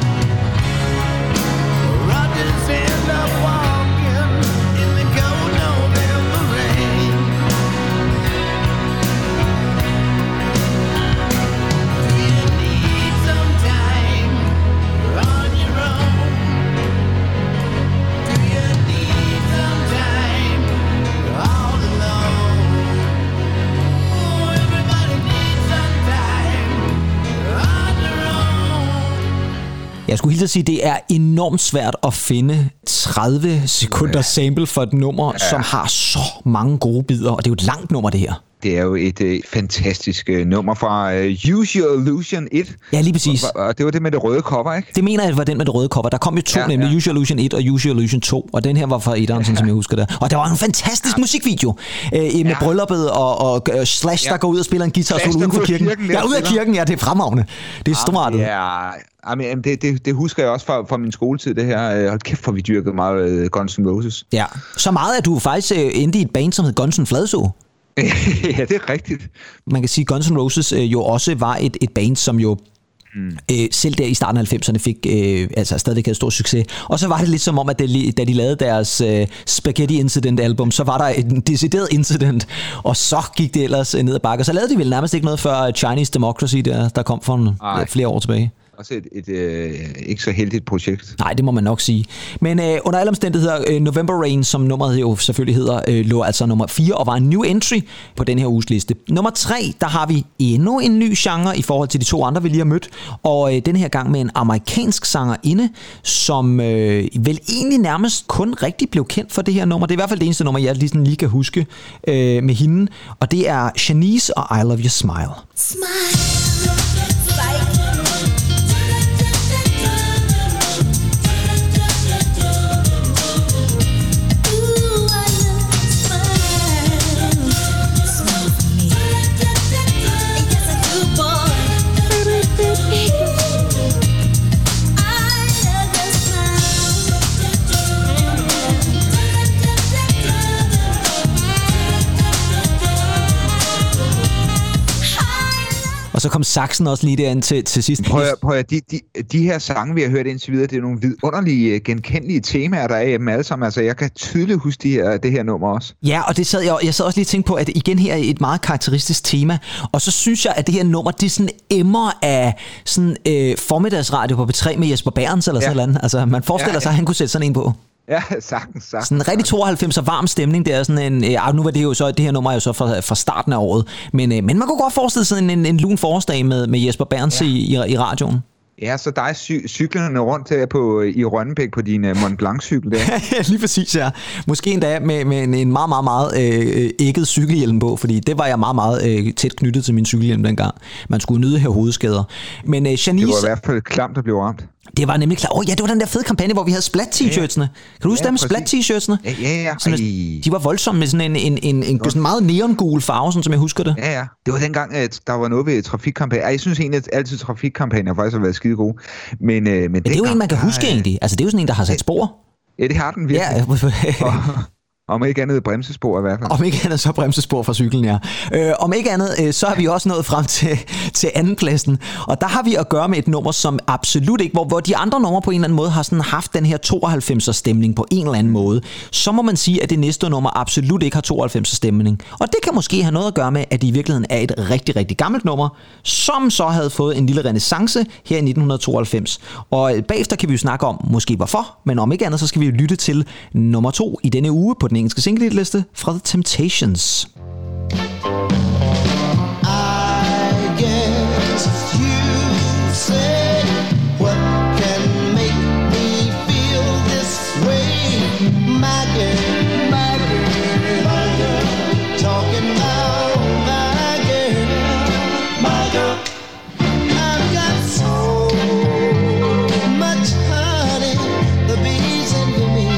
Jeg skulle helt sige, at det er enormt svært at finde tredive sekunder sample for et nummer, ja. som har så mange gode bidder, og det er jo et langt nummer, det her. Det er jo et øh, fantastisk øh, nummer fra øh, Use Your Illusion et. Ja, lige præcis. Og, og det var det med det røde cover, ikke? Det mener jeg, var den med det røde cover. Der kom jo to, ja, nemlig ja. Use Your Illusion et og Use Your Illusion to, og den her var fra etteren, ja. Som jeg husker det. Og der var en fantastisk ja. musikvideo øh, med ja. brylluppet og, og uh, Slash, ja. der går ud og spiller en guitar solo uden for kirken. kirken ja, ud af kirken, ja, det er fremragende. Det er storartet. Ja, Jamen, det, det, det husker jeg også fra, fra min skoletid, det her. Hold kæft, for vi dyrkede meget uh, Guns N' Roses. Ja, så meget, at du faktisk uh, endte i et band, som hed Guns N' Fladså. Ja, det er rigtigt. Man kan sige, at Guns N' Roses øh, jo også var et, et band, som jo mm. øh, selv der i starten af halvfemserne fik øh, altså stadigvæk havde stor succes. Og så var det lidt som om, at det, da de lavede deres øh, Spaghetti Incident album, så var der en decideret incident, og så gik det ellers ned ad bakke. Så lavede de vel nærmest ikke noget før Chinese Democracy, der, der kom for ja, flere år tilbage. Også et, et øh, ikke så heldigt projekt. Nej, det må man nok sige. Men øh, under alle omstændigheder, øh, November Rain, som nummeret jo selvfølgelig hedder, øh, lå altså nummer fire og var en new entry på den her uges liste. Nummer tre, der har vi endnu en ny genre i forhold til de to andre, vi lige har mødt. Og øh, den her gang med en amerikansk sangerinde, som øh, vel egentlig nærmest kun rigtig blev kendt for det her nummer. Det er i hvert fald det eneste nummer, jeg lige, sådan lige kan huske øh, med hende. Og det er Shanice og I Love Your Smile. Smile. Og så kom saxen også lige derind til, til sidst. Prøv at, prøv at, de, de, de her sange, vi har hørt indtil videre, det er nogle vidunderlige, genkendelige temaer, der er i dem alle sammen. Altså, jeg kan tydeligt huske de her, det her nummer også. Ja, og det sad jeg, jeg sad også lige og tænkte på, at igen her er et meget karakteristisk tema. Og så synes jeg, at det her nummer, det er sådan emmer af sådan øh, formiddagsradio på P tre med Jesper Bærens eller sådan ja. noget. Altså, man forestiller ja, sig, at han kunne sætte sådan en på. Ja, sagtens, sagtens. Sådan en rigtig tooghalvfemser varm stemning, det er sådan en, ja, nu var det jo så, det her nummer er jo så fra, fra starten af året, men, men man kunne godt forestille sig en, en, en lun forårsdag med, med Jesper Bærens ja. i, i, i radioen. Ja, så dig cy- cyklerne rundt her på, i Rønnebæk på din uh, Mont Blanc-cykel der. Ja, lige præcis, ja. Måske endda med, med en, en meget, meget, meget øh, ægget cykelhjelm på, fordi det var jeg meget, meget øh, tæt knyttet til min cykelhjelm dengang. Man skulle nyde her hovedskader. Men øh, Shanice... Det var i hvert fald klamt at blive ramt. Det var nemlig klart. Åh oh, ja, det var den der fede kampagne, hvor vi havde Splat-t-shirtsene. Kan du huske ja, dem med Splat-t-shirtsene? Ja, ja, ja. Sådan, de var voldsomme med sådan en, en, en, en sådan meget neongul farve, sådan, som jeg husker det. Ja, ja. Det var dengang, at der var noget ved trafikkampagne. Jeg synes egentlig, at altid trafikkampagner faktisk har været skide gode. Men, øh, men, men det er jo en, man kan huske øh, egentlig. Altså, det er jo sådan en, der har sat spor. Ja, det har den virkelig. Ja. og, Om ikke andet bremsespor i hvert fald. Om ikke andet så bremsespor fra cyklen, ja. Øh, om ikke andet, øh, så har vi også nået frem til, til andenpladsen. Og der har vi at gøre med et nummer, som absolut ikke, hvor, hvor de andre numre på en eller anden måde har sådan haft den her tooghalvfemser stemning på en eller anden måde. Så må man sige, at det næste nummer absolut ikke har tooghalvfemser stemning. Og det kan måske have noget at gøre med, at det i virkeligheden er et rigtig, rigtig gammelt nummer, som så havde fået en lille renæssance her i nitten tooghalvfems. Og bagefter kan vi jo snakke om, måske hvorfor, men om ikke andet, så skal vi jo lytte til nummer to i denne uge på den engelske single-liste fra The Temptations. I guess you say what can make me feel this way, my girl, my girl, my girl, talking about my girl, my girl. I've got so much honey, the bees into me.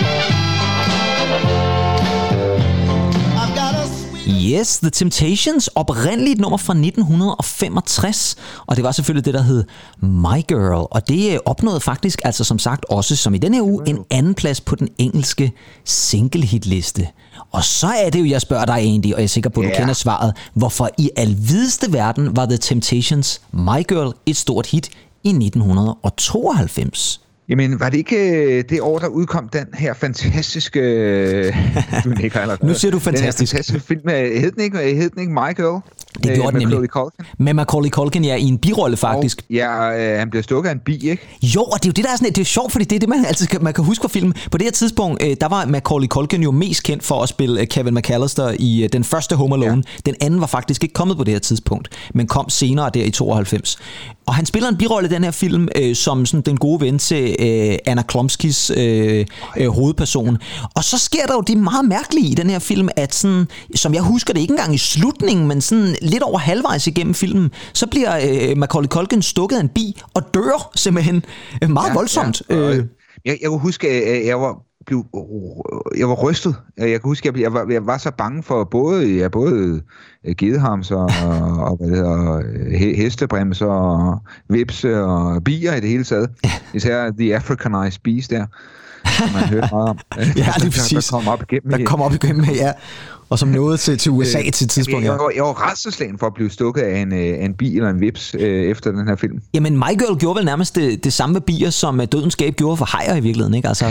Yes, The Temptations, oprindeligt nummer fra nitten femogtres, og det var selvfølgelig det, der hed My Girl, og det opnåede faktisk, altså som sagt også, som i denne her uge, en anden plads på den engelske single-hitliste. Og så er det jo, jeg spørger dig egentlig, og jeg er sikker på, at du yeah. kender svaret, hvorfor i alvideste verden var The Temptations My Girl et stort hit i nitten tooghalvfems? Jamen, var det ikke det år, der udkom den her fantastiske... du nikker, nu siger du fantastisk. Den fantastiske film med... Hed den ikke, hed den ikke My Girl? Det gjorde den nemlig. Med Macaulay Culkin, ja, i en birolle faktisk. Og, ja, øh, han bliver stukket af en bi, ikke? Jo, og det er jo det, der er sådan, det er sjovt, fordi det er det, man altid kan, man kan huske fra filmen. På det her tidspunkt, øh, der var Macaulay Culkin jo mest kendt for at spille Kevin McAllister i øh, den første Home Alone. Ja. Den anden var faktisk ikke kommet på det her tidspunkt, men kom senere der i tooghalvfems. Og han spiller en birolle i den her film, øh, som sådan den gode ven til øh, Anna Chlumskys øh, øh, hovedperson. Og så sker der jo det meget mærkelige i den her film, at sådan, som jeg husker det ikke engang i slutningen, men sådan lidt over halvvejs igennem filmen, så bliver øh, Macaulay Culkin stukket af en bi og dør simpelthen øh, meget ja, voldsomt. Ja. Øh. Jeg, jeg kunne huske, at jeg var blev, jeg var rystet. Jeg kan huske, at jeg var, jeg var så bange for både, ja, både gedehams og, og hvad det hedder, hestebremser og vipse og bier i det hele taget. Især The Africanized Bees der, som man hørte meget om. Ja, lige præcis. Der kom op igennem. Der kom op igennem, ja. Og som nåede til, til U S A til et tidspunkt. Jeg, jeg, var, jeg var rædselsslagen for at blive stukket af en, af en bi eller en vips øh, efter den her film. Jamen, My Girl gjorde vel nærmest det, det samme med bier, som Dødens Gab gjorde for hajer i virkeligheden, ikke? Altså,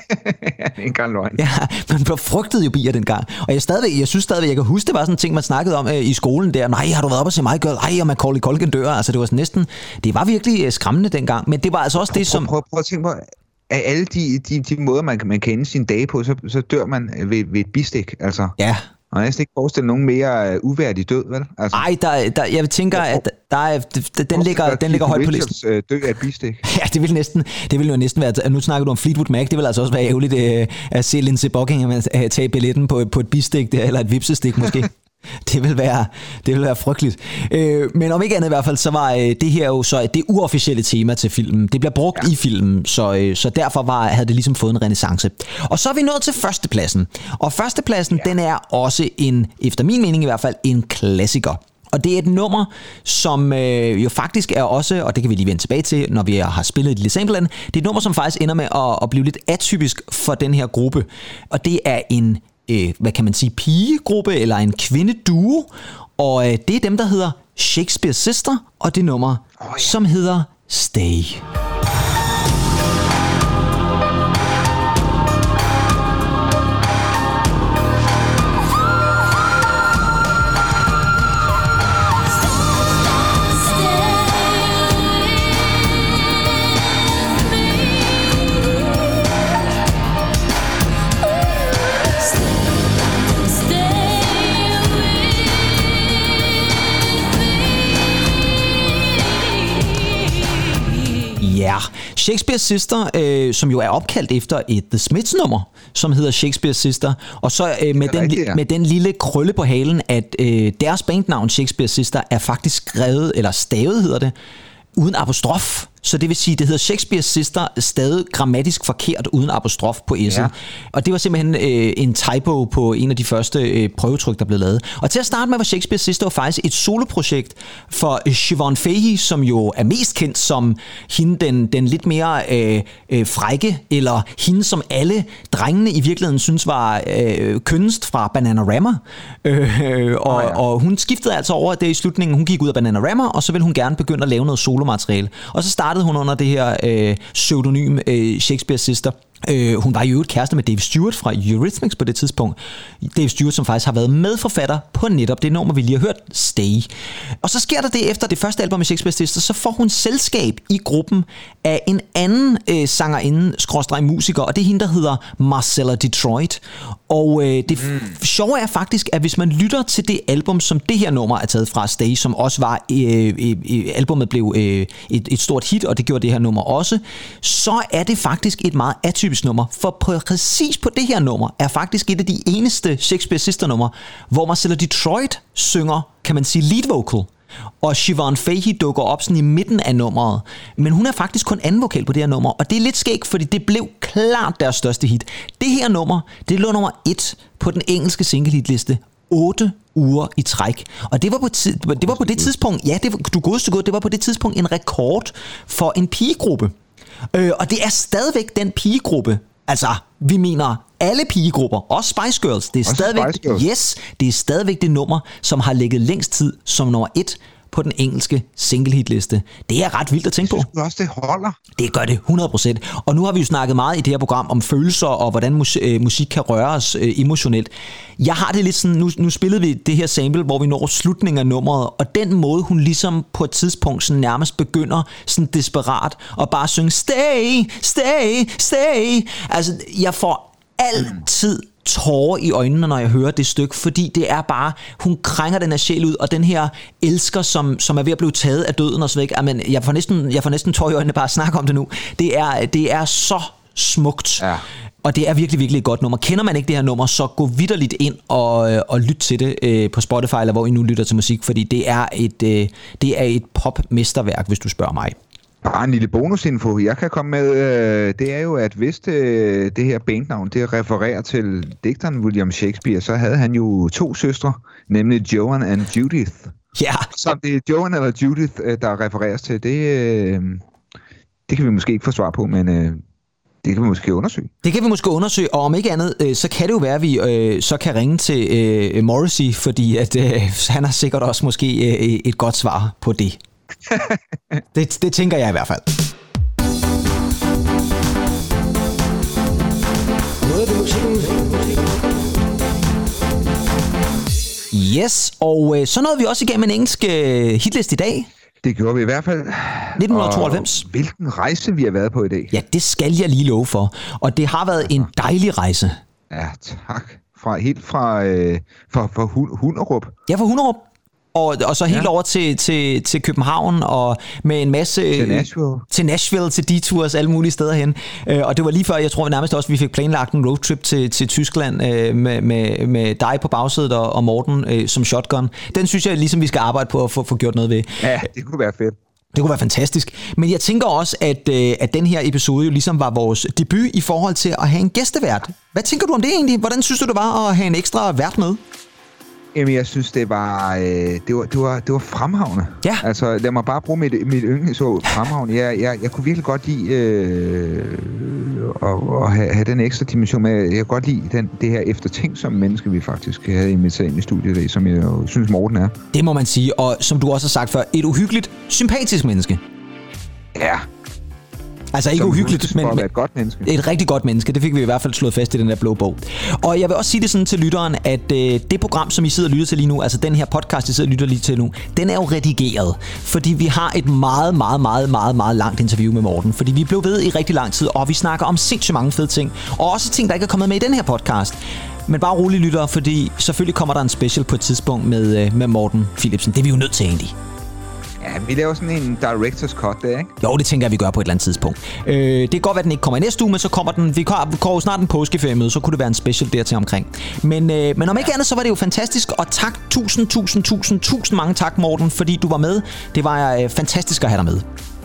en gang løgn. Ja, man frygtede jo bier dengang. Og jeg, stadigvæk, jeg synes stadigvæk, jeg kan huske, det var sådan en ting, man snakkede om øh, i skolen der. Nej, har du været op og se My Girl? Ej, og Macaulay Culkin dør. Altså, det var næsten, det var virkelig øh, skræmmende dengang. Men det var altså også prøv, det, som... Prøv, prøv, prøv at tænke på, af alle de, de, de måder, man, man kan ende sine dage på, så, så dør man ved, ved et bistik, altså. Ja. Og jeg kan ikke forestille nogen mere uh, uværdig død, vel? Altså, Ej, der, der, jeg tænker, at der er, den ligger, den ligger højt på listen. Uh, dø af et bistik. Ja, det vil næsten, det vil jo næsten være. Nu snakker du om Fleetwood Mac. Det vil altså også være ærgerligt uh, at se Lindsey Buckingham uh, tage billetten på, på et bistik der, eller et vipsestik måske. Det vil være, det vil være frygteligt. Øh, men om ikke andet i hvert fald, så var øh, det her jo så det uofficielle tema til filmen. Det bliver brugt ja. i filmen, så, øh, så derfor var, havde det ligesom fået en renæssance. Og så er vi nået til førstepladsen. Og førstepladsen, ja. den er også en, efter min mening i hvert fald, en klassiker. Og det er et nummer, som øh, jo faktisk er også, og det kan vi lige vende tilbage til, når vi har spillet et lille sample, det er et nummer, som faktisk ender med at, at blive lidt atypisk for den her gruppe. Og det er en Øh, hvad kan man sige, pigegruppe eller en kvindeduo, og øh, det er dem, der hedder Shakespeare Sister, og det nummer, oh, ja. som hedder Stay. Ja, Shakespeare Sister, øh, som jo er opkaldt efter et The Smiths nummer, som hedder Shakespeare Sister, og så øh, med, den, rigtigt, ja. med den lille krølle på halen, at øh, deres bandnavn Shakespeare Sister er faktisk skrevet, eller stavet hedder det, uden apostrof. Så det vil sige, det hedder Shakespeare Sister stadig grammatisk forkert uden apostrof på s'et. Ja. Og det var simpelthen øh, en typo på en af de første øh, prøvetryk, der blev lavet. Og til at starte med var Shakespeare Sister var faktisk et soloprojekt for øh, Siobhan Fahey, som jo er mest kendt som hende, den, den lidt mere øh, øh, frække, eller hende, som alle drengene i virkeligheden synes var øh, kønnest fra Bananarama. Øh, og, oh, ja. og hun skiftede altså over det i slutningen. Hun gik ud af Bananarama, og så ville hun gerne begynde at lave noget solomateriale. Og så startede hun under det her øh, pseudonym øh, Shakespeare Sister. Øh, hun var jo et kæreste med Dave Stewart fra Eurythmics på det tidspunkt. Dave Stewart, som faktisk har været medforfatter på netop det nummer, vi lige har hørt, Stay. Og så sker der det efter det første album med Shakespeare Sister, så får hun selskab i gruppen af en anden øh, sangerinde, skråstreg musiker, og det er hende, der hedder Marcella Detroit. Og øh, det mm. sjove er faktisk, at hvis man lytter til det album, som det her nummer er taget fra, Stay, som også var, øh, øh, albumet blev øh, et, et stort hit, og det gjorde det her nummer også, så er det faktisk et meget atypisk nummer, for præcis på det her nummer er faktisk et af de eneste Shakespeare Sister nummer, hvor Marcella Detroit synger, kan man sige, lead vocal, og Siobhan Fahey dukker op sådan i midten af nummeret, men hun er faktisk kun anden vokal på det her nummer, og det er lidt skægt, fordi det blev klart deres største hit. Det her nummer, det lå nummer et på den engelske single-hitliste otte uger i træk. Og det var på, ti- det, var på det tidspunkt, ja, det var, du godeste god, det var på det tidspunkt en rekord for en pigegruppe. Øh, og det er stadigvæk den pigegruppe, altså vi mener alle pigegrupper, også Spice Girls, det er, stadigvæk, Spice Girls. Yes, det er stadigvæk det nummer, som har ligget længst tid som nummer et på den engelske single-hitliste. Det er ret vildt at tænke på. Jeg synes også, det holder. Det gør det hundrede procent. Og nu har vi jo snakket meget i det her program om følelser og hvordan mus- øh, musik kan røre os øh, emotionelt. Jeg har det lidt sådan, nu, nu spillede vi det her sample, hvor vi når slutningen af nummeret, og den måde, hun ligesom på et tidspunkt sådan nærmest begynder sådan desperat og bare synge stay, stay, stay. Altså, jeg får altid tårer i øjnene, når jeg hører det stykke, fordi det er bare, hun krænger den her sjæl ud, og den her elsker, som, som er ved at blive taget af døden og så væk. Amen, jeg får næsten, jeg får næsten tårer i øjnene bare at snakke om det nu. Det er, det er så smukt. Ja. Og det er virkelig, virkelig et godt nummer. Kender man ikke det her nummer, så gå vitterligt ind og, og lyt til det øh, på Spotify, eller hvor I nu lytter til musik, fordi det er et, øh, det er et pop-mesterværk, hvis du spørger mig. Bare en lille bonusinfo, jeg kan komme med, øh, det er jo, at hvis det, det her bandnavn, det refererer til digteren William Shakespeare, så havde han jo to søstre, nemlig Joan and Judith. Ja. Så det er Joan eller Judith, der refereres til, det, øh, det kan vi måske ikke få svar på, men... Øh, Det kan vi måske undersøge. Det kan vi måske undersøge, og om ikke andet, øh, så kan det jo være, at vi øh, så kan ringe til øh, Morrissey, fordi at, øh, han har sikkert også måske øh, et godt svar på det. det. Det tænker jeg i hvert fald. Yes, og øh, så nåede vi også igennem en engelsk øh, hitlist i dag. Det gjorde vi i hvert fald. nitten tooghalvfems. Og hvilken rejse vi har været på i dag. Ja, det skal jeg lige love for. Og det har været en dejlig rejse. Ja, tak. Fra, helt fra, øh, fra, fra Hunderup. Ja, fra Hunderup. Og, og så helt ja. over til, til, til København, og med en masse... Til Nashville. Til Nashville, til detours, alle mulige steder hen. Og det var lige før, jeg tror nærmest også, vi fik planlagt en roadtrip til, til Tyskland med, med, med dig på bagsædet og, og Morten øh, som shotgun. Den synes jeg ligesom, vi skal arbejde på at få, få gjort noget ved. Ja, det kunne være fedt. Det kunne være fantastisk. Men jeg tænker også, at, øh, at den her episode jo ligesom var vores debut i forhold til at have en gæstevært. Hvad tænker du om det egentlig? Hvordan synes du, det var at have en ekstra vært med? Jamen, jeg synes, det var, øh, det var, det var, det var fremragende. Ja. Altså, lad mig bare bruge mit, mit yndlingsord fremragende. Jeg, jeg, jeg kunne virkelig godt lide øh, at, at have, have den ekstra dimension med. Jeg kunne godt lide den, det her eftertænksomme menneske, vi faktisk havde inviteret ind i studiet i dag, som jeg jo synes, Morten er. Det må man sige, og som du også har sagt før, et uhyggeligt, sympatisk menneske. Ja. Altså ikke som uhyggeligt, men, men et godt menneske. Et rigtig godt menneske. Det fik vi i hvert fald slået fast i den der blå bog. Og jeg vil også sige det sådan til lytteren, at øh, det program, som I sidder og lytter til lige nu, altså den her podcast, I sidder og lytter lige til nu, den er jo redigeret. Fordi vi har et meget, meget, meget, meget, meget langt interview med Morten. Fordi vi blev ved i rigtig lang tid, og vi snakker om sindssygt mange fede ting. Og også ting, der ikke er kommet med i den her podcast. Men bare rolig lyttere, fordi selvfølgelig kommer der en special på et tidspunkt med, øh, med Morten Philipsen. Det er vi jo nødt til egentlig. Ja, vi laver sådan en director's cut der, ikke? Jo, det tænker jeg, vi gør på et eller andet tidspunkt. Øh, det kan godt være, at den ikke kommer i næste uge, men så kommer den... Vi går jo snart en påskeferie, så kunne det være en special dertil omkring. Men, øh, men om ikke andet, så var det jo fantastisk. Og tak, tusind, tusind, tusind, tusind mange tak, Morten, fordi du var med. Det var øh, fantastisk at have dig med.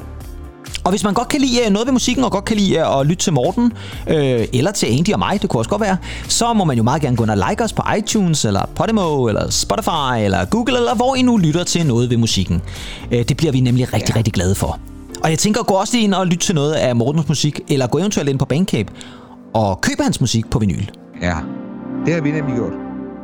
Og hvis man godt kan lide noget ved musikken, og godt kan lide at lytte til Morten, øh, eller til Andy og mig, det kunne også godt være, så må man jo meget gerne gå ind og like os på iTunes, eller Podimo, eller Spotify, eller Google, eller hvor I nu lytter til noget ved musikken. Øh, det bliver vi nemlig rigtig, ja. rigtig glade for. Og jeg tænker, gå også lige ind og lytte til noget af Mortens musik, eller gå eventuelt ind på Bandcamp og købe hans musik på vinyl. Ja, det har vi nemlig gjort.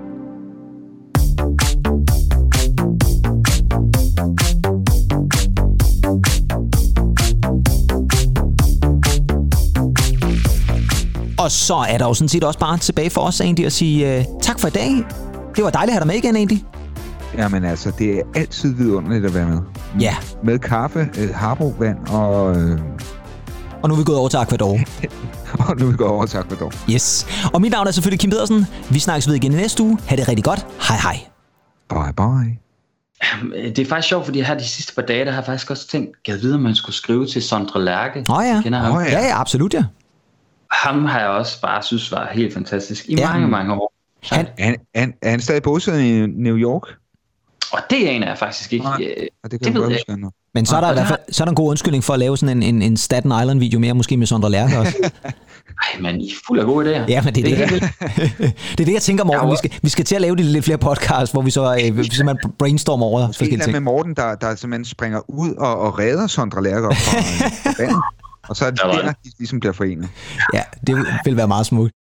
Og så er der jo sådan set også bare tilbage for os, Andy, at sige uh, tak for i dag. Det var dejligt at have dig med igen, Andy. Jamen altså, det er altid vidunderligt at være med. Ja. Med kaffe, øh, Harbo-vand og... Øh... Og nu er vi gået over til Aquador. og nu er vi gået over til Aquador. Yes. Og mit navn er selvfølgelig Kim Pedersen. Vi snakkes ved igen i næste uge. Ha' det rigtig godt. Hej hej. Bye bye. Det er faktisk sjovt, fordi her de sidste par dage, der har jeg faktisk også tænkt, gad vide, om man skulle skrive til Sondre Lerche. Åh oh, ja. Kender ham? Oh, ja. ja, ja, absolut ja. Ham har jeg også bare synes var helt fantastisk i ja. mange, mange år. Han, han, han, er han stadig bosiddende i New York? Og det aner jeg faktisk ikke. Nej, det, det, det ved jeg ikke. Men så er der i hvert fald så er der en god undskyldning for at lave sådan en, en, en Staten Island video mere, måske med Sondre Lerche også. Ej, man, I er fuld af gode idéer. Ja, men det er det. Det, det er det, jeg tænker, Morten. Ja, vi, skal, vi skal til at lave de lidt flere podcasts, hvor vi så øh, simpelthen brainstormer over forskellige ting. Med Morten, der, der simpelthen springer ud og, og redder Sondre Lerche op fra vandet. Og så er det der, de ligesom bliver forenet. Ja, det vil være meget smukt.